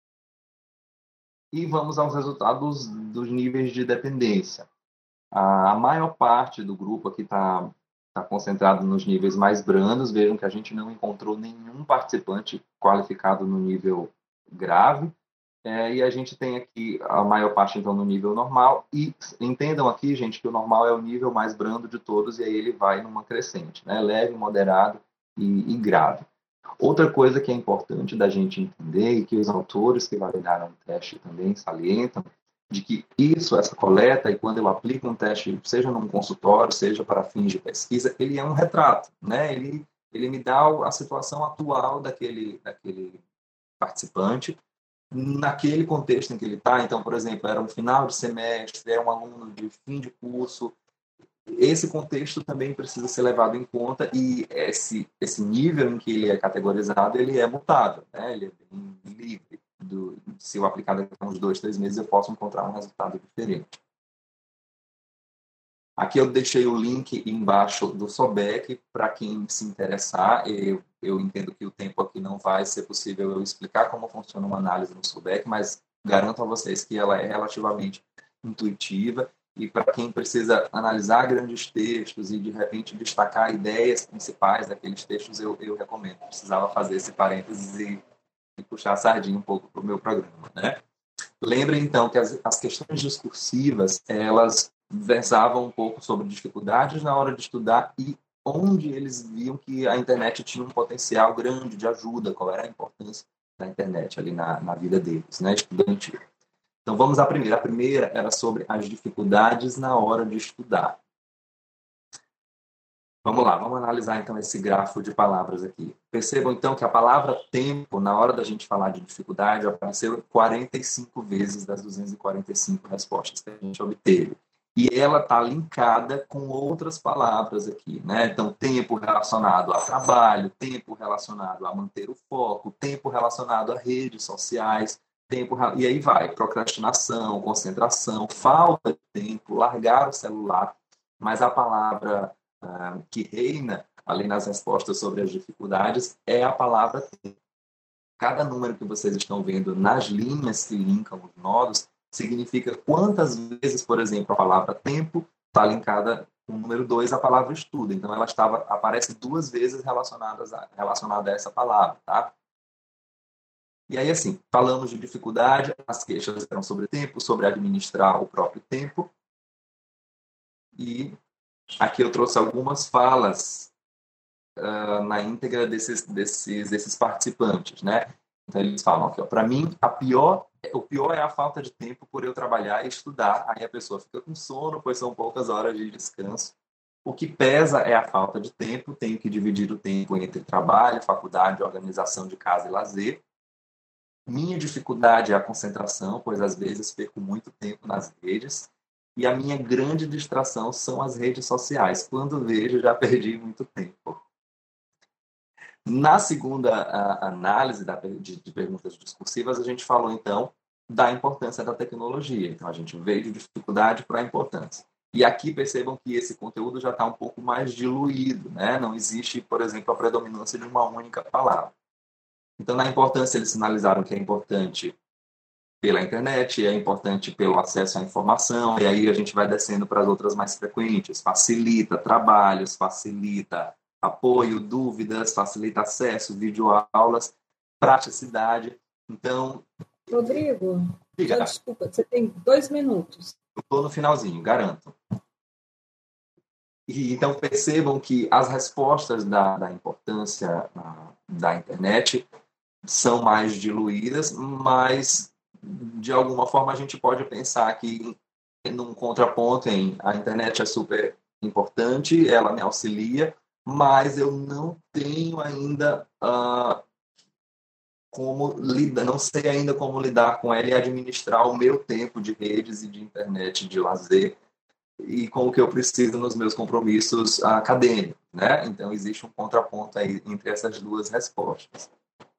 E vamos aos resultados dos níveis de dependência. A maior parte do grupo aqui está tá concentrado nos níveis mais brandos. Vejam que a gente não encontrou nenhum participante qualificado no nível grave. É, e a gente tem aqui a maior parte, então, no nível normal. E entendam aqui, gente, que o normal é o nível mais brando de todos, e aí ele vai numa crescente, né? Leve, moderado e, e grave. Outra coisa que é importante da gente entender, e que os autores que validaram o teste também salientam, de que isso, essa coleta, e quando eu aplico um teste, seja num consultório, seja para fins de pesquisa, ele é um retrato, né? Ele, ele me dá a situação atual daquele, daquele participante, naquele contexto em que ele está. Então, por exemplo, era um final de semestre, é um aluno de fim de curso. Esse contexto também precisa ser levado em conta, e esse, esse nível em que ele é categorizado, ele é mutável, né? Ele é bem livre. Do, se eu aplicar daqui a uns dois, três meses, eu posso encontrar um resultado diferente. Aqui eu deixei o link embaixo do SOBEC para quem se interessar. Eu, eu entendo que o tempo aqui não vai ser possível eu explicar como funciona uma análise no SOBEC, mas garanto a vocês que ela é relativamente intuitiva. E para quem precisa analisar grandes textos e, de repente, destacar ideias principais daqueles textos, eu, eu recomendo. Precisava fazer esse parênteses e, e puxar a sardinha um pouco para o meu programa, né? Lembrem, então, que as, as questões discursivas, elas versavam um pouco sobre dificuldades na hora de estudar e onde eles viam que a internet tinha um potencial grande de ajuda, qual era a importância da internet ali na, na vida deles, né, estudantil. Então, vamos à primeira. A primeira era sobre as dificuldades na hora de estudar. Vamos lá, vamos analisar, então, esse grafo de palavras aqui. Percebam, então, que a palavra tempo, na hora da gente falar de dificuldade, apareceu quarenta e cinco vezes das duzentas e quarenta e cinco respostas que a gente obteve. E ela está linkada com outras palavras aqui, né? Então, tempo relacionado a trabalho, tempo relacionado a manter o foco, tempo relacionado a redes sociais, tempo, e aí vai, procrastinação, concentração, falta de tempo, largar o celular. Mas a palavra uh, que reina ali nas respostas sobre as dificuldades é a palavra tempo. Cada número que vocês estão vendo nas linhas que linkam os nodos significa quantas vezes, por exemplo, a palavra tempo está linkada com o número dois, a palavra estudo. Então, ela estava, aparece duas vezes relacionadas a, relacionada a essa palavra, tá? E aí, assim, falamos de dificuldade, as queixas eram sobre tempo, sobre administrar o próprio tempo. E aqui eu trouxe algumas falas uh, na íntegra desses, desses, desses participantes, né? Então, eles falam aqui, ó, para mim, a pior, o pior é a falta de tempo por eu trabalhar e estudar. Aí a pessoa fica com sono, pois são poucas horas de descanso. O que pesa é a falta de tempo, tenho que dividir o tempo entre trabalho, faculdade, organização de casa e lazer. Minha dificuldade é a concentração, pois às vezes perco muito tempo nas redes. E a minha grande distração são as redes sociais. Quando vejo, já perdi muito tempo. Na segunda a, análise da, de, de perguntas discursivas, a gente falou, então, da importância da tecnologia. Então, a gente veio de dificuldade para a importância. E aqui percebam que esse conteúdo já está um pouco mais diluído, né? Não existe, por exemplo, a predominância de uma única palavra. Então, na importância, eles sinalizaram que é importante pela internet, é importante pelo acesso à informação, e aí a gente vai descendo para as outras mais frequentes. Facilita trabalhos, facilita apoio, dúvidas, facilita acesso, videoaulas, praticidade. Então... Rodrigo, já, desculpa, você tem dois minutos. Estou no finalzinho, garanto. E, então, percebam que as respostas da, da importância uh, da internet são mais diluídas, mas, de alguma forma, a gente pode pensar que, num contraponto, em a internet é super importante, ela me auxilia, mas eu não tenho ainda uh, como lidar, não sei ainda como lidar com ela e administrar o meu tempo de redes e de internet, de lazer, e com o que eu preciso nos meus compromissos acadêmicos, né? Então, existe um contraponto aí entre essas duas respostas.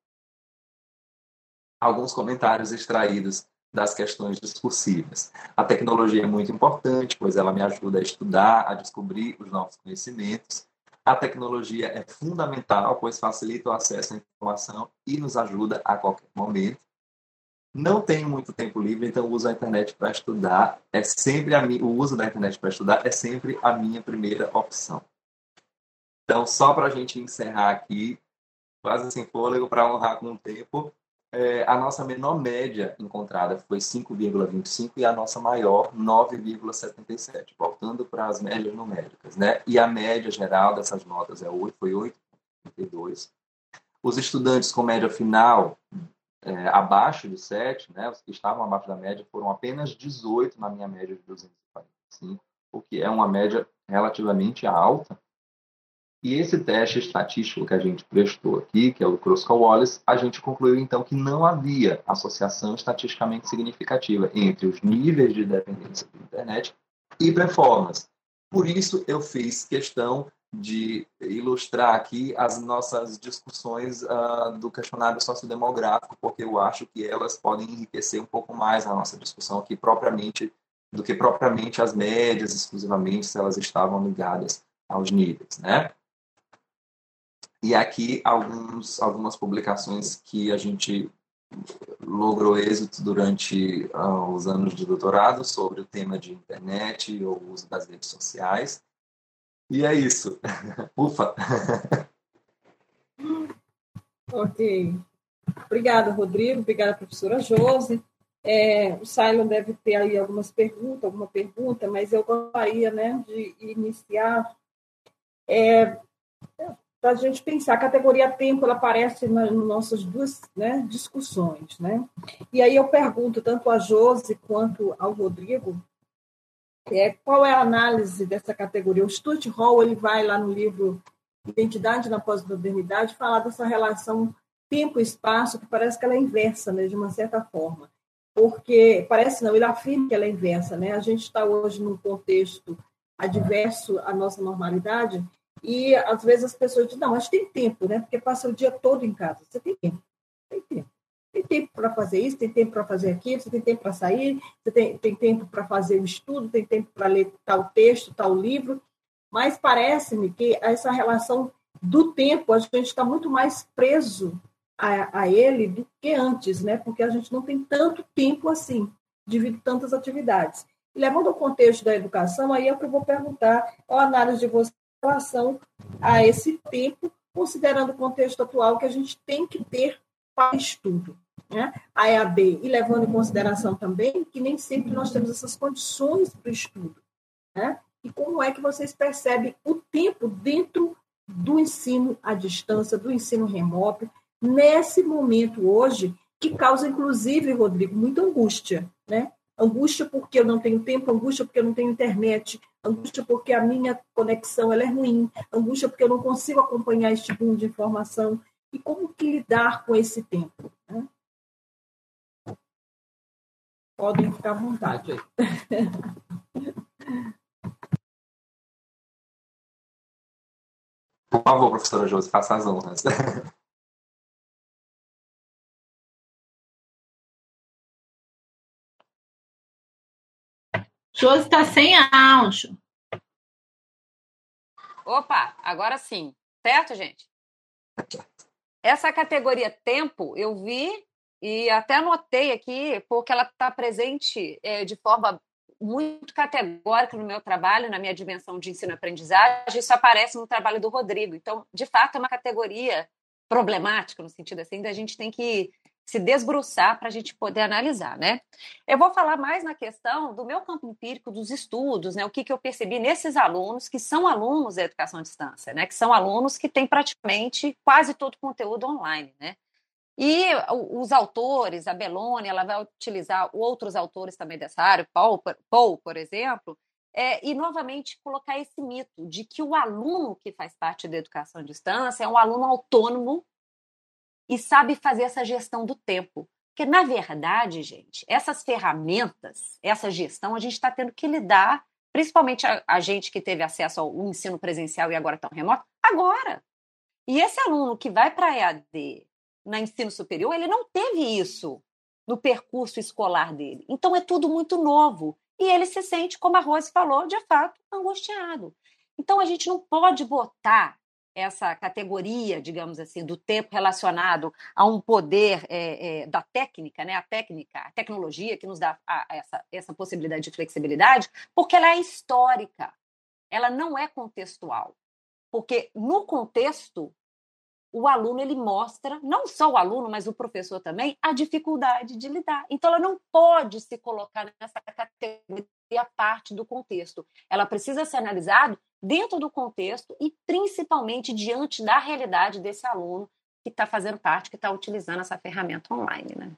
Alguns comentários extraídos das questões discursivas. A tecnologia é muito importante, pois ela me ajuda a estudar, a descobrir os novos conhecimentos. A tecnologia é fundamental, pois facilita o acesso à informação e nos ajuda a qualquer momento. Não tenho muito tempo livre, então uso a internet para estudar. É sempre a mi... O uso da internet para estudar é sempre a minha primeira opção. Então, só para a gente encerrar aqui, quase sem fôlego, para honrar com o tempo, é, a nossa menor média encontrada foi cinco vírgula vinte e cinco e a nossa maior, nove vírgula setenta e sete, voltando para as médias numéricas, né? E a média geral dessas notas é oito, foi oito vírgula trinta e dois. Os estudantes com média final é, abaixo de sete, né? Os que estavam abaixo da média foram apenas dezoito na minha média de duzentos e quarenta e cinco, o que é uma média relativamente alta. E esse teste estatístico que a gente prestou aqui, que é o Kruskal-Wallis, a gente concluiu, então, que não havia associação estatisticamente significativa entre os níveis de dependência da internet e performance. Por isso, eu fiz questão de ilustrar aqui as nossas discussões uh, do questionário sociodemográfico, porque eu acho que elas podem enriquecer um pouco mais a nossa discussão aqui, propriamente, do que propriamente as médias, exclusivamente, se elas estavam ligadas aos níveis, né? E aqui alguns, algumas publicações que a gente logrou êxito durante uh, os anos de doutorado sobre o tema de internet e o uso das redes sociais. E é isso. Ufa! Ok. Obrigada, Rodrigo. Obrigada, professora Josi. É, o Silon deve ter aí algumas perguntas, alguma pergunta, mas eu gostaria, né, de iniciar... É, para a gente pensar, a categoria tempo, ela aparece nas nossas duas, né, discussões, né? E aí eu pergunto tanto a Josi quanto ao Rodrigo, é, qual é a análise dessa categoria? O Stuart Hall, ele vai lá no livro Identidade na Pós-Modernidade falar dessa relação tempo e espaço, que parece que ela é inversa, né, de uma certa forma. Porque, parece não, ele afirma que ela é inversa, né? A gente está hoje num contexto adverso à nossa normalidade. E, às vezes, as pessoas dizem, não, mas tem tempo, né? Porque passa o dia todo em casa. Você tem tempo. Tem tempo. Tem tempo para fazer isso, tem tempo para fazer aquilo, você tem tempo para sair, você tem, tem tempo para fazer o estudo, tem tempo para ler tal texto, tal livro. Mas parece-me que essa relação do tempo, a gente está muito mais preso a, a ele do que antes, né? Porque a gente não tem tanto tempo assim, devido a tantas atividades. E, levando ao contexto da educação, aí é o que eu vou perguntar, a análise de você em relação a esse tempo, considerando o contexto atual que a gente tem que ter para estudo, né? A E A D, e levando em consideração também que nem sempre nós temos essas condições para o estudo, né? E como é que vocês percebem o tempo dentro do ensino à distância, do ensino remoto, nesse momento hoje, que causa, inclusive, Rodrigo, muita angústia, né? Angústia porque eu não tenho tempo, angústia porque eu não tenho internet, angústia porque a minha conexão ela é ruim, angústia porque eu não consigo acompanhar este boom de informação. E como que lidar com esse tempo? Né? Podem ficar à vontade aí. Por favor, professora Josi, faça as honras. Josi está sem áudio. Opa, agora sim. Certo, gente? Essa categoria tempo, eu vi e até anotei aqui, porque ela está presente é, de forma muito categórica no meu trabalho, na minha dimensão de ensino-aprendizagem. Isso aparece no trabalho do Rodrigo. Então, de fato, é uma categoria problemática, no sentido assim, da gente tem que se desbruçar para a gente poder analisar, né? Eu vou falar mais na questão do meu campo empírico, dos estudos, né? O que, que eu percebi nesses alunos que são alunos da educação à distância, né? Que são alunos que têm praticamente quase todo o conteúdo online, né? E os autores, a Belloni, ela vai utilizar outros autores também dessa área, Paul, Paul por exemplo, é, e novamente colocar esse mito de que o aluno que faz parte da educação à distância é um aluno autônomo e sabe fazer essa gestão do tempo. Porque, na verdade, gente, essas ferramentas, essa gestão, a gente está tendo que lidar, principalmente a, a gente que teve acesso ao ensino presencial e agora tão remoto, agora. E esse aluno que vai para a E A D no ensino superior, ele não teve isso no percurso escolar dele. Então, é tudo muito novo. E ele se sente, como a Rose falou, de fato, angustiado. Então, a gente não pode botar essa categoria, digamos assim, do tempo relacionado a um poder é, é, da técnica, né? A técnica, a tecnologia que nos dá a, a essa, essa possibilidade de flexibilidade, porque ela é histórica, ela não é contextual. Porque no contexto, o aluno ele mostra, não só o aluno, mas o professor também, a dificuldade de lidar. Então, ela não pode se colocar nessa categoria parte do contexto. Ela precisa ser analisada dentro do contexto e principalmente diante da realidade desse aluno que está fazendo parte, que está utilizando essa ferramenta online, né?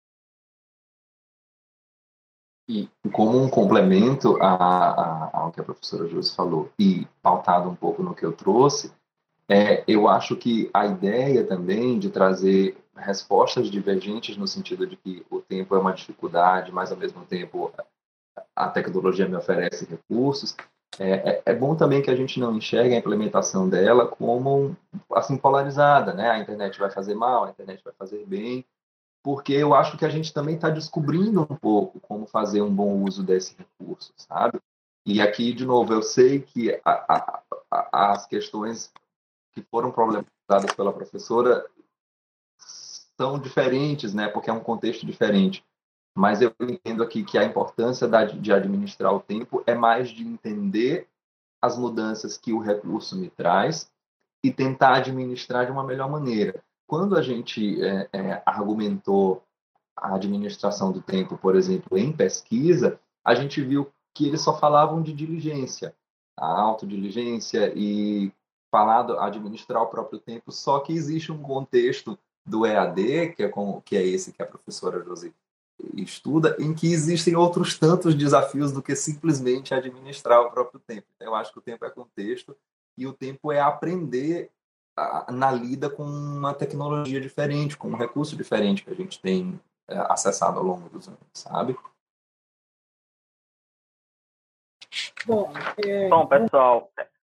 E como um complemento a, a, ao que a professora Josi falou e pautado um pouco no que eu trouxe, é, eu acho que a ideia também de trazer respostas divergentes no sentido de que o tempo é uma dificuldade, mas ao mesmo tempo a tecnologia me oferece recursos, é, é, é bom também que a gente não enxergue a implementação dela como assim polarizada, né? A internet vai fazer mal, a internet vai fazer bem, porque eu acho que a gente também está descobrindo um pouco como fazer um bom uso desse recurso, sabe? E aqui, de novo, eu sei que a, a, a, as questões que foram problematizadas pela professora são diferentes, né? Porque é um contexto diferente. Mas eu entendo aqui que a importância da, de administrar o tempo é mais de entender as mudanças que o recurso me traz e tentar administrar de uma melhor maneira. Quando a gente é, é, argumentou a administração do tempo, por exemplo, em pesquisa, a gente viu que eles só falavam de diligência, a autodiligência e falado administrar o próprio tempo, só que existe um contexto do E A D, que é, com, que é esse que a professora Josi estuda, em que existem outros tantos desafios do que simplesmente administrar o próprio tempo. Eu acho que o tempo é contexto e o tempo é aprender a, na lida com uma tecnologia diferente, com um recurso diferente que a gente tem é, acessado ao longo dos anos, sabe? Bom, é, Bom, pessoal...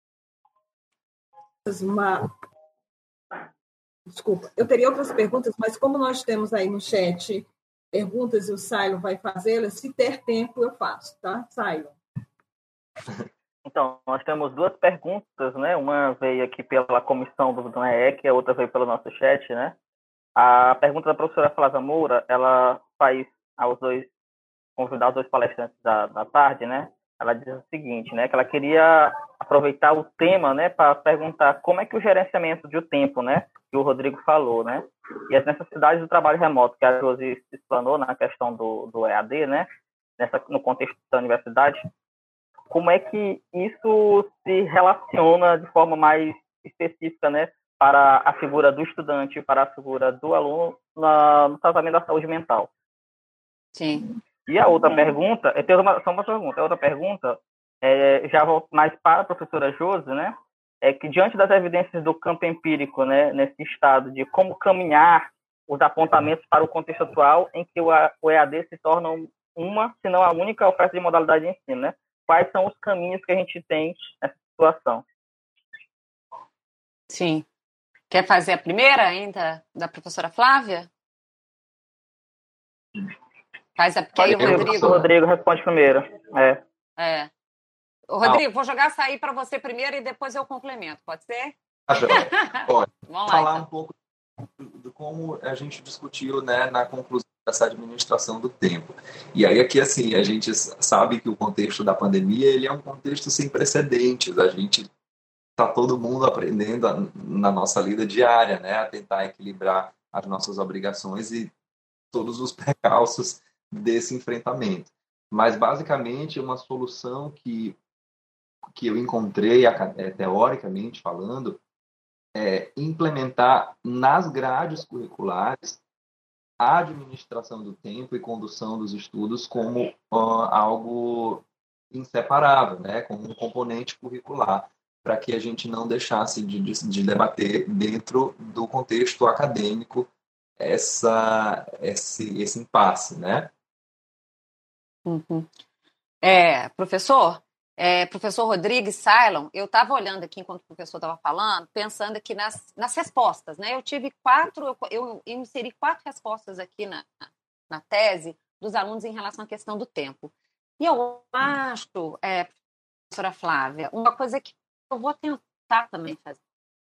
Uma... Desculpa, eu teria outras perguntas, mas como nós temos aí no chat perguntas e o Sailon vai fazê-las, se ter tempo eu faço, tá, Sailon? Então, nós temos duas perguntas, né? Uma veio aqui pela comissão do N E E C, a outra veio pelo nosso chat, né? A pergunta da professora Flávia Moura, ela faz aos dois, convidar os dois palestrantes da, da tarde, né? Ela diz o seguinte, né? Que ela queria aproveitar o tema, né? Para perguntar como é que o gerenciamento de tempo, né? Que o Rodrigo falou, né? E as necessidades do trabalho remoto, que a Josi explanou na questão do, do E A D, né? Nessa, no contexto da universidade, como é que isso se relaciona de forma mais específica, né? Para a figura do estudante, para a figura do aluno na, no tratamento da saúde mental. Sim. E a outra pergunta, eu tenho uma, só uma pergunta, a outra pergunta é, já volto mais para a professora Josi, né? É que diante das evidências do campo empírico, né, nesse estado de como caminhar os apontamentos para o contexto atual em que o E A D se torna uma, se não a única oferta de modalidade de ensino, né? Quais são os caminhos que a gente tem nessa situação? Sim. Quer fazer a primeira ainda, da professora Flávia? Faz a... Porque aí o Rodrigo... O Rodrigo responde primeiro. É. É. Ô, Rodrigo, vou jogar essa aí para você primeiro e depois eu complemento, pode ser? Ah, pode. Vamos lá, falar então. um pouco de como a gente discutiu, né, na conclusão dessa administração do tempo. E aí aqui, assim, a gente sabe que o contexto da pandemia ele é um contexto sem precedentes. A gente está todo mundo aprendendo a, na nossa lida diária, né, a tentar equilibrar as nossas obrigações e todos os percalços desse enfrentamento. Mas, basicamente, uma solução que, que eu encontrei, teoricamente falando, é implementar nas grades curriculares a administração do tempo e condução dos estudos como uh, algo inseparável, né, como um componente curricular, para que a gente não deixasse de, de, de debater dentro do contexto acadêmico essa, esse, esse impasse, né? Uhum. É, professor, é, professor Rodrigues Cylon, eu estava olhando aqui enquanto o professor estava falando, pensando aqui nas, nas respostas, né? Eu tive quatro, eu, eu inseri quatro respostas aqui na, na tese dos alunos em relação à questão do tempo. E eu acho, é, professora Flávia, uma coisa que eu vou tentar também fazer,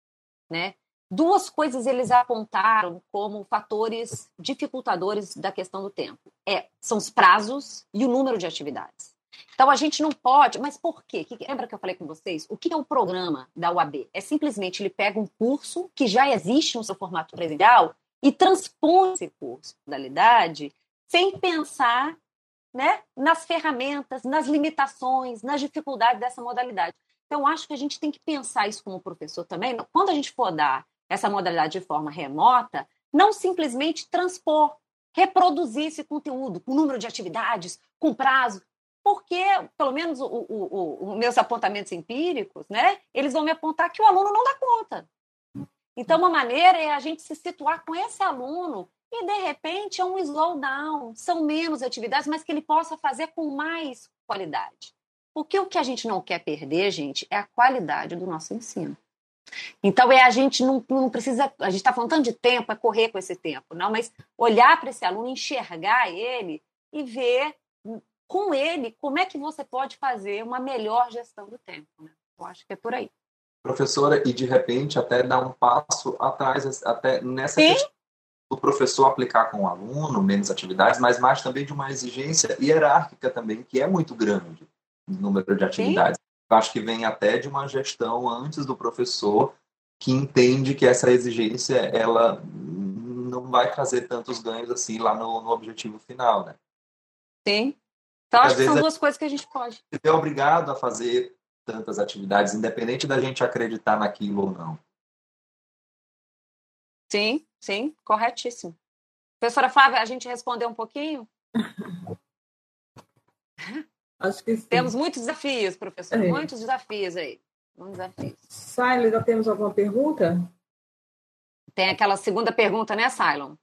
né? Duas coisas eles apontaram como fatores dificultadores da questão do tempo. É, são os prazos e o número de atividades. Então, a gente não pode... Mas por quê? Lembra que eu falei com vocês? O que é o programa da U A B? É simplesmente ele pega um curso que já existe no seu formato presencial e transpõe esse curso, modalidade, sem pensar, né, nas ferramentas, nas limitações, nas dificuldades dessa modalidade. Então, eu acho que a gente tem que pensar isso como professor também. Quando a gente for dar essa modalidade de forma remota, não simplesmente transpor, reproduzir esse conteúdo com número de atividades, com prazo, porque, pelo menos, os meus apontamentos empíricos, né, eles vão me apontar que o aluno não dá conta. Então, uma maneira é a gente se situar com esse aluno e, de repente, é um slowdown, são menos atividades, mas que ele possa fazer com mais qualidade. Porque o que a gente não quer perder, gente, é a qualidade do nosso ensino. Então, é, a gente não, não precisa... A gente está falando tanto de tempo, é correr com esse tempo, não, mas olhar para esse aluno, enxergar ele e ver com ele como é que você pode fazer uma melhor gestão do tempo. Né? Eu acho que é por aí. Professora, e de repente até dar um passo atrás, até nessa Sim? questão do professor aplicar com o aluno menos atividades, mas mais também de uma exigência hierárquica também, que é muito grande no número de atividades. Sim? Eu acho que vem até de uma gestão antes do professor que entende que essa exigência ela não vai trazer tantos ganhos assim lá no, no objetivo final, né? Sim. Então, acho Às que são vezes duas coisas que a gente pode. É obrigado a fazer tantas atividades, independente da gente acreditar naquilo ou não. Sim, sim, corretíssimo. Professora Flávia, a gente respondeu um pouquinho? Acho que sim. Temos muitos desafios, professor, é. muitos desafios aí. Muitos desafios. Cylon, já temos alguma pergunta? Tem aquela segunda pergunta, né, Cylon?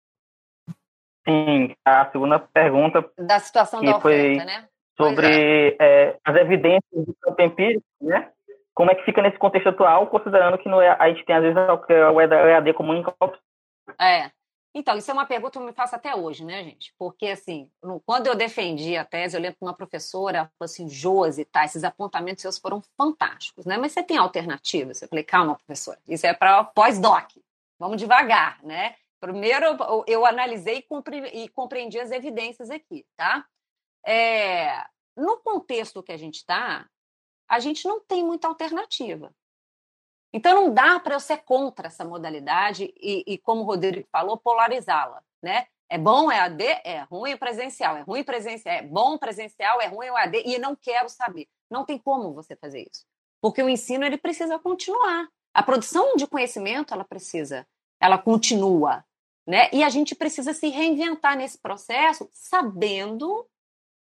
Sim, a segunda pergunta... Da situação da oferta, né? Sobre é. É, as evidências do campo empírico, né? Como é que fica nesse contexto atual, considerando que no, a gente tem, às vezes, o E A D como única opção. É. Então, isso é uma pergunta que eu me faço até hoje, né, gente? Porque, assim, quando eu defendi a tese, eu lembro que uma professora falou assim, Josi, tá, esses apontamentos seus foram fantásticos, né? Mas você tem alternativas? Eu falei, calma, professora, isso é para pós-doc. Vamos devagar, né? Primeiro, eu, eu analisei e, compre, e compreendi as evidências aqui, tá? É, no contexto que a gente está, a gente não tem muita alternativa. Então, não dá para eu ser contra essa modalidade e, e, como o Rodrigo falou, polarizá-la, né? É bom E A D, é ruim presencial, é ruim presencial, é bom presencial, é ruim E A D, e não quero saber. Não tem como você fazer isso. Porque o ensino, ele precisa continuar. A produção de conhecimento, ela precisa, ela continua, né? E a gente precisa se reinventar nesse processo, sabendo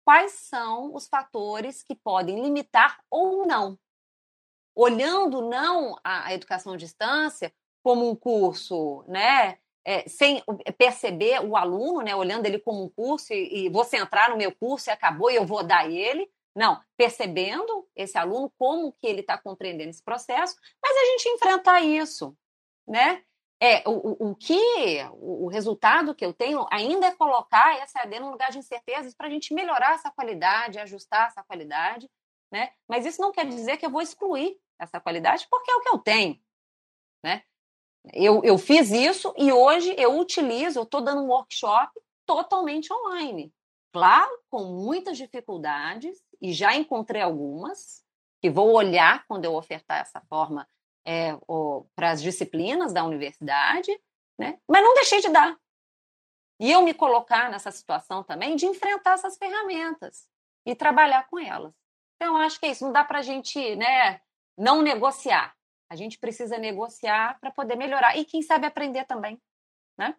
quais são os fatores que podem limitar ou não. Olhando não a, a educação à distância como um curso, né, é, sem perceber o aluno, né, olhando ele como um curso e, e você entrar no meu curso e acabou e eu vou dar ele. Não, percebendo esse aluno, como que ele está compreendendo esse processo, mas a gente enfrentar isso, né? É, o, o, que, o, o resultado que eu tenho ainda é colocar essa E A D num lugar de incertezas para a gente melhorar essa qualidade, ajustar essa qualidade, né? Mas isso não quer dizer que eu vou excluir essa qualidade, porque é o que eu tenho, né? Eu, eu fiz isso e hoje eu utilizo, eu estou dando um workshop totalmente online. Claro, com muitas dificuldades, e já encontrei algumas, que vou olhar quando eu ofertar essa forma é, para as disciplinas da universidade, né? Mas não deixei de dar. E eu me colocar nessa situação também de enfrentar essas ferramentas e trabalhar com elas. Então, eu acho que é isso. Não dá para a gente, né, não negociar. A gente precisa negociar para poder melhorar. E, quem sabe, aprender também, né?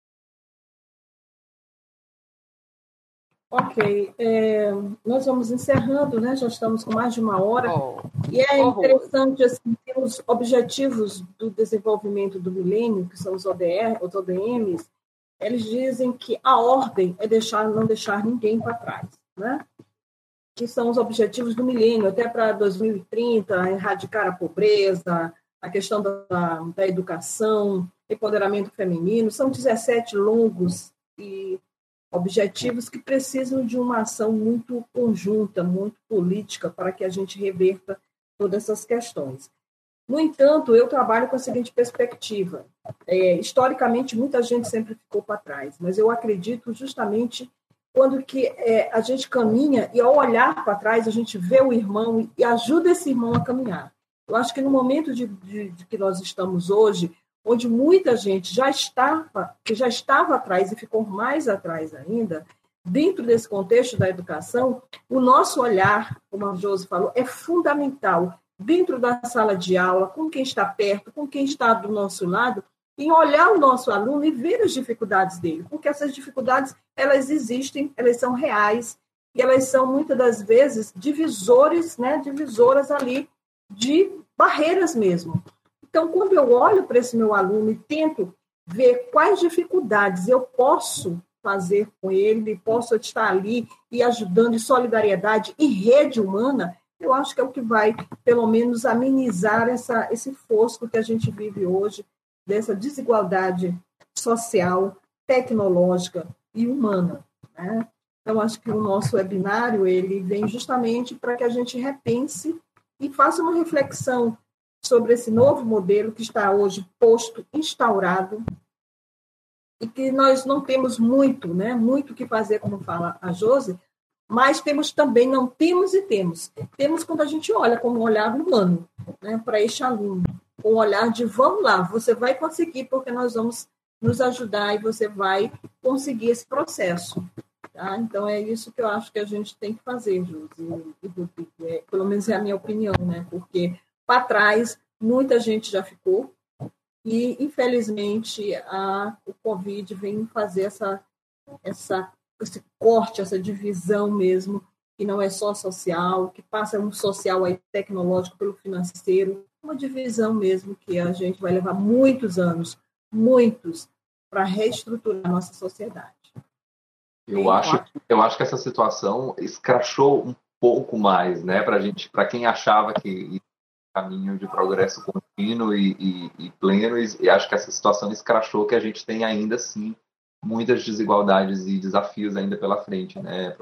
Ok. É, nós vamos encerrando, né? Já estamos com mais de uma hora. Oh. E é Oh. interessante, assim, ter os objetivos do desenvolvimento do milênio, que são os O D R, os O D Ms, eles dizem que a ordem é deixar, não deixar ninguém para trás, né? Que são os objetivos do milênio, até para dois mil e trinta, erradicar a pobreza, a questão da, da educação, empoderamento feminino. São dezessete longos e objetivos que precisam de uma ação muito conjunta, muito política, para que a gente reverta todas essas questões. No entanto, eu trabalho com a seguinte perspectiva. É, historicamente, muita gente sempre ficou para trás, mas eu acredito justamente quando que é, a gente caminha e, ao olhar para trás, a gente vê o irmão e ajuda esse irmão a caminhar. Eu acho que no momento de, de, de que nós estamos hoje, onde muita gente já estava, que já estava atrás e ficou mais atrás ainda, dentro desse contexto da educação, o nosso olhar, como a Josi falou, é fundamental, dentro da sala de aula, com quem está perto, com quem está do nosso lado, em olhar o nosso aluno e ver as dificuldades dele, porque essas dificuldades, elas existem, elas são reais, e elas são, muitas das vezes, divisores, né, divisoras ali de barreiras mesmo. Então, quando eu olho para esse meu aluno e tento ver quais dificuldades eu posso fazer com ele, posso estar ali e ajudando em solidariedade e rede humana, eu acho que é o que vai, pelo menos, amenizar essa, esse fosco que a gente vive hoje, dessa desigualdade social, tecnológica e humana, né? Então, acho que o nosso webinário ele vem justamente para que a gente repense e faça uma reflexão sobre esse novo modelo que está hoje posto, instaurado, e que nós não temos muito, né, muito o que fazer, como fala a Josi, mas temos também, não temos e temos. Temos quando a gente olha com um olhar humano, né, para este aluno, com um olhar de vamos lá, você vai conseguir, porque nós vamos nos ajudar e você vai conseguir esse processo. Tá? Então, é isso que eu acho que a gente tem que fazer, Josi, e Rodrigo. É, pelo menos é a minha opinião, né, porque para trás, muita gente já ficou e, infelizmente, a, o Covid vem fazer essa, essa, esse corte, essa divisão mesmo, que não é só social, que passa um social aí tecnológico pelo financeiro, uma divisão mesmo que a gente vai levar muitos anos, muitos, para reestruturar a nossa sociedade. Eu acho, eu acho que essa situação escrachou um pouco mais, né, para gente, para quem achava que caminho de progresso contínuo e, e, e pleno, e, e acho que essa situação escrachou que a gente tem ainda, sim, muitas desigualdades e desafios ainda pela frente, né?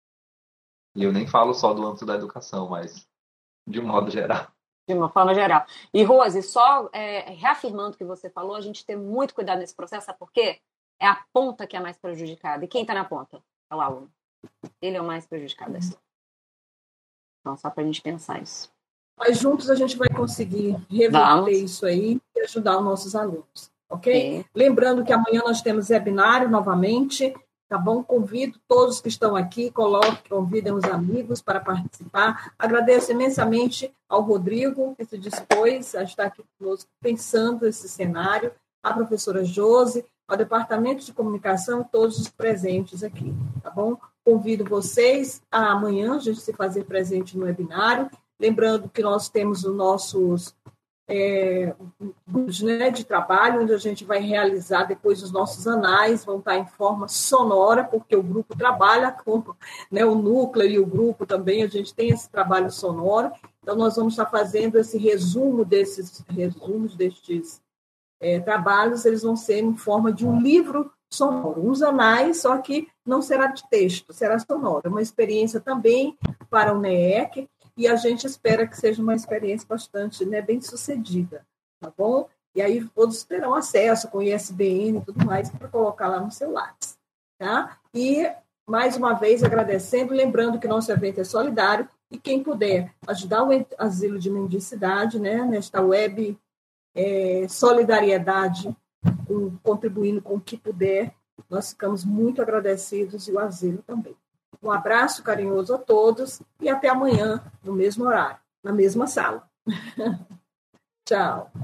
E eu nem falo só do âmbito da educação, mas de um modo geral. De uma forma geral. E, Rose, só é, reafirmando o que você falou, a gente tem muito cuidado nesse processo, sabe por quê? É a ponta que é mais prejudicada. E quem está na ponta? É o aluno. Ele é o mais prejudicado da história. Então, só para a gente pensar isso. Mas juntos a gente vai conseguir reverter Vamos. isso aí e ajudar os nossos alunos, ok? Sim. Lembrando que amanhã nós temos webinário novamente, tá bom? Convido todos que estão aqui, coloquem, convidem os amigos para participar. Agradeço imensamente ao Rodrigo, que se dispôs a estar aqui conosco pensando esse cenário, à professora Josi, ao Departamento de Comunicação e todos os presentes aqui, tá bom? convido vocês a amanhã a gente se fazer presente no webinário. Lembrando que nós temos os nossos é, grupos, né, de trabalho, onde a gente vai realizar depois os nossos anais, vão estar em forma sonora, porque o grupo trabalha com, né, o núcleo e o grupo também, a gente tem esse trabalho sonoro. Então, nós vamos estar fazendo esse resumo desses resumos destes é, trabalhos, eles vão ser em forma de um livro sonoro, uns anais, só que não será de texto, será sonoro. É uma experiência também para o N E E C, e a gente espera que seja uma experiência bastante, né, bem sucedida, tá bom? E aí todos terão acesso com I S B N e tudo mais para colocar lá no seu Lattes, tá? E, mais uma vez, agradecendo, lembrando que nosso evento é solidário, e quem puder ajudar o Asilo de Mendicidade, né, nesta web é, solidariedade, com, contribuindo com o que puder, nós ficamos muito agradecidos, e o Asilo também. Um abraço carinhoso a todos e até amanhã, no mesmo horário, na mesma sala. Tchau.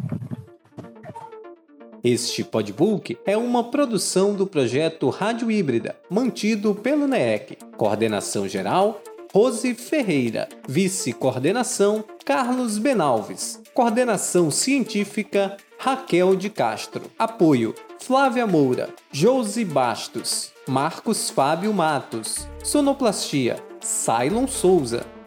Este podbook é uma produção do projeto Rádio Híbrida, mantido pelo N E E C. Coordenação geral, Rose Ferreira. Vice-coordenação, Carlos Benalves. Coordenação científica, Raquel de Castro. Apoio, Flávia Moura, Josi Bastos, Marcos Fábio Matos. Sonoplastia, Sailon Souza.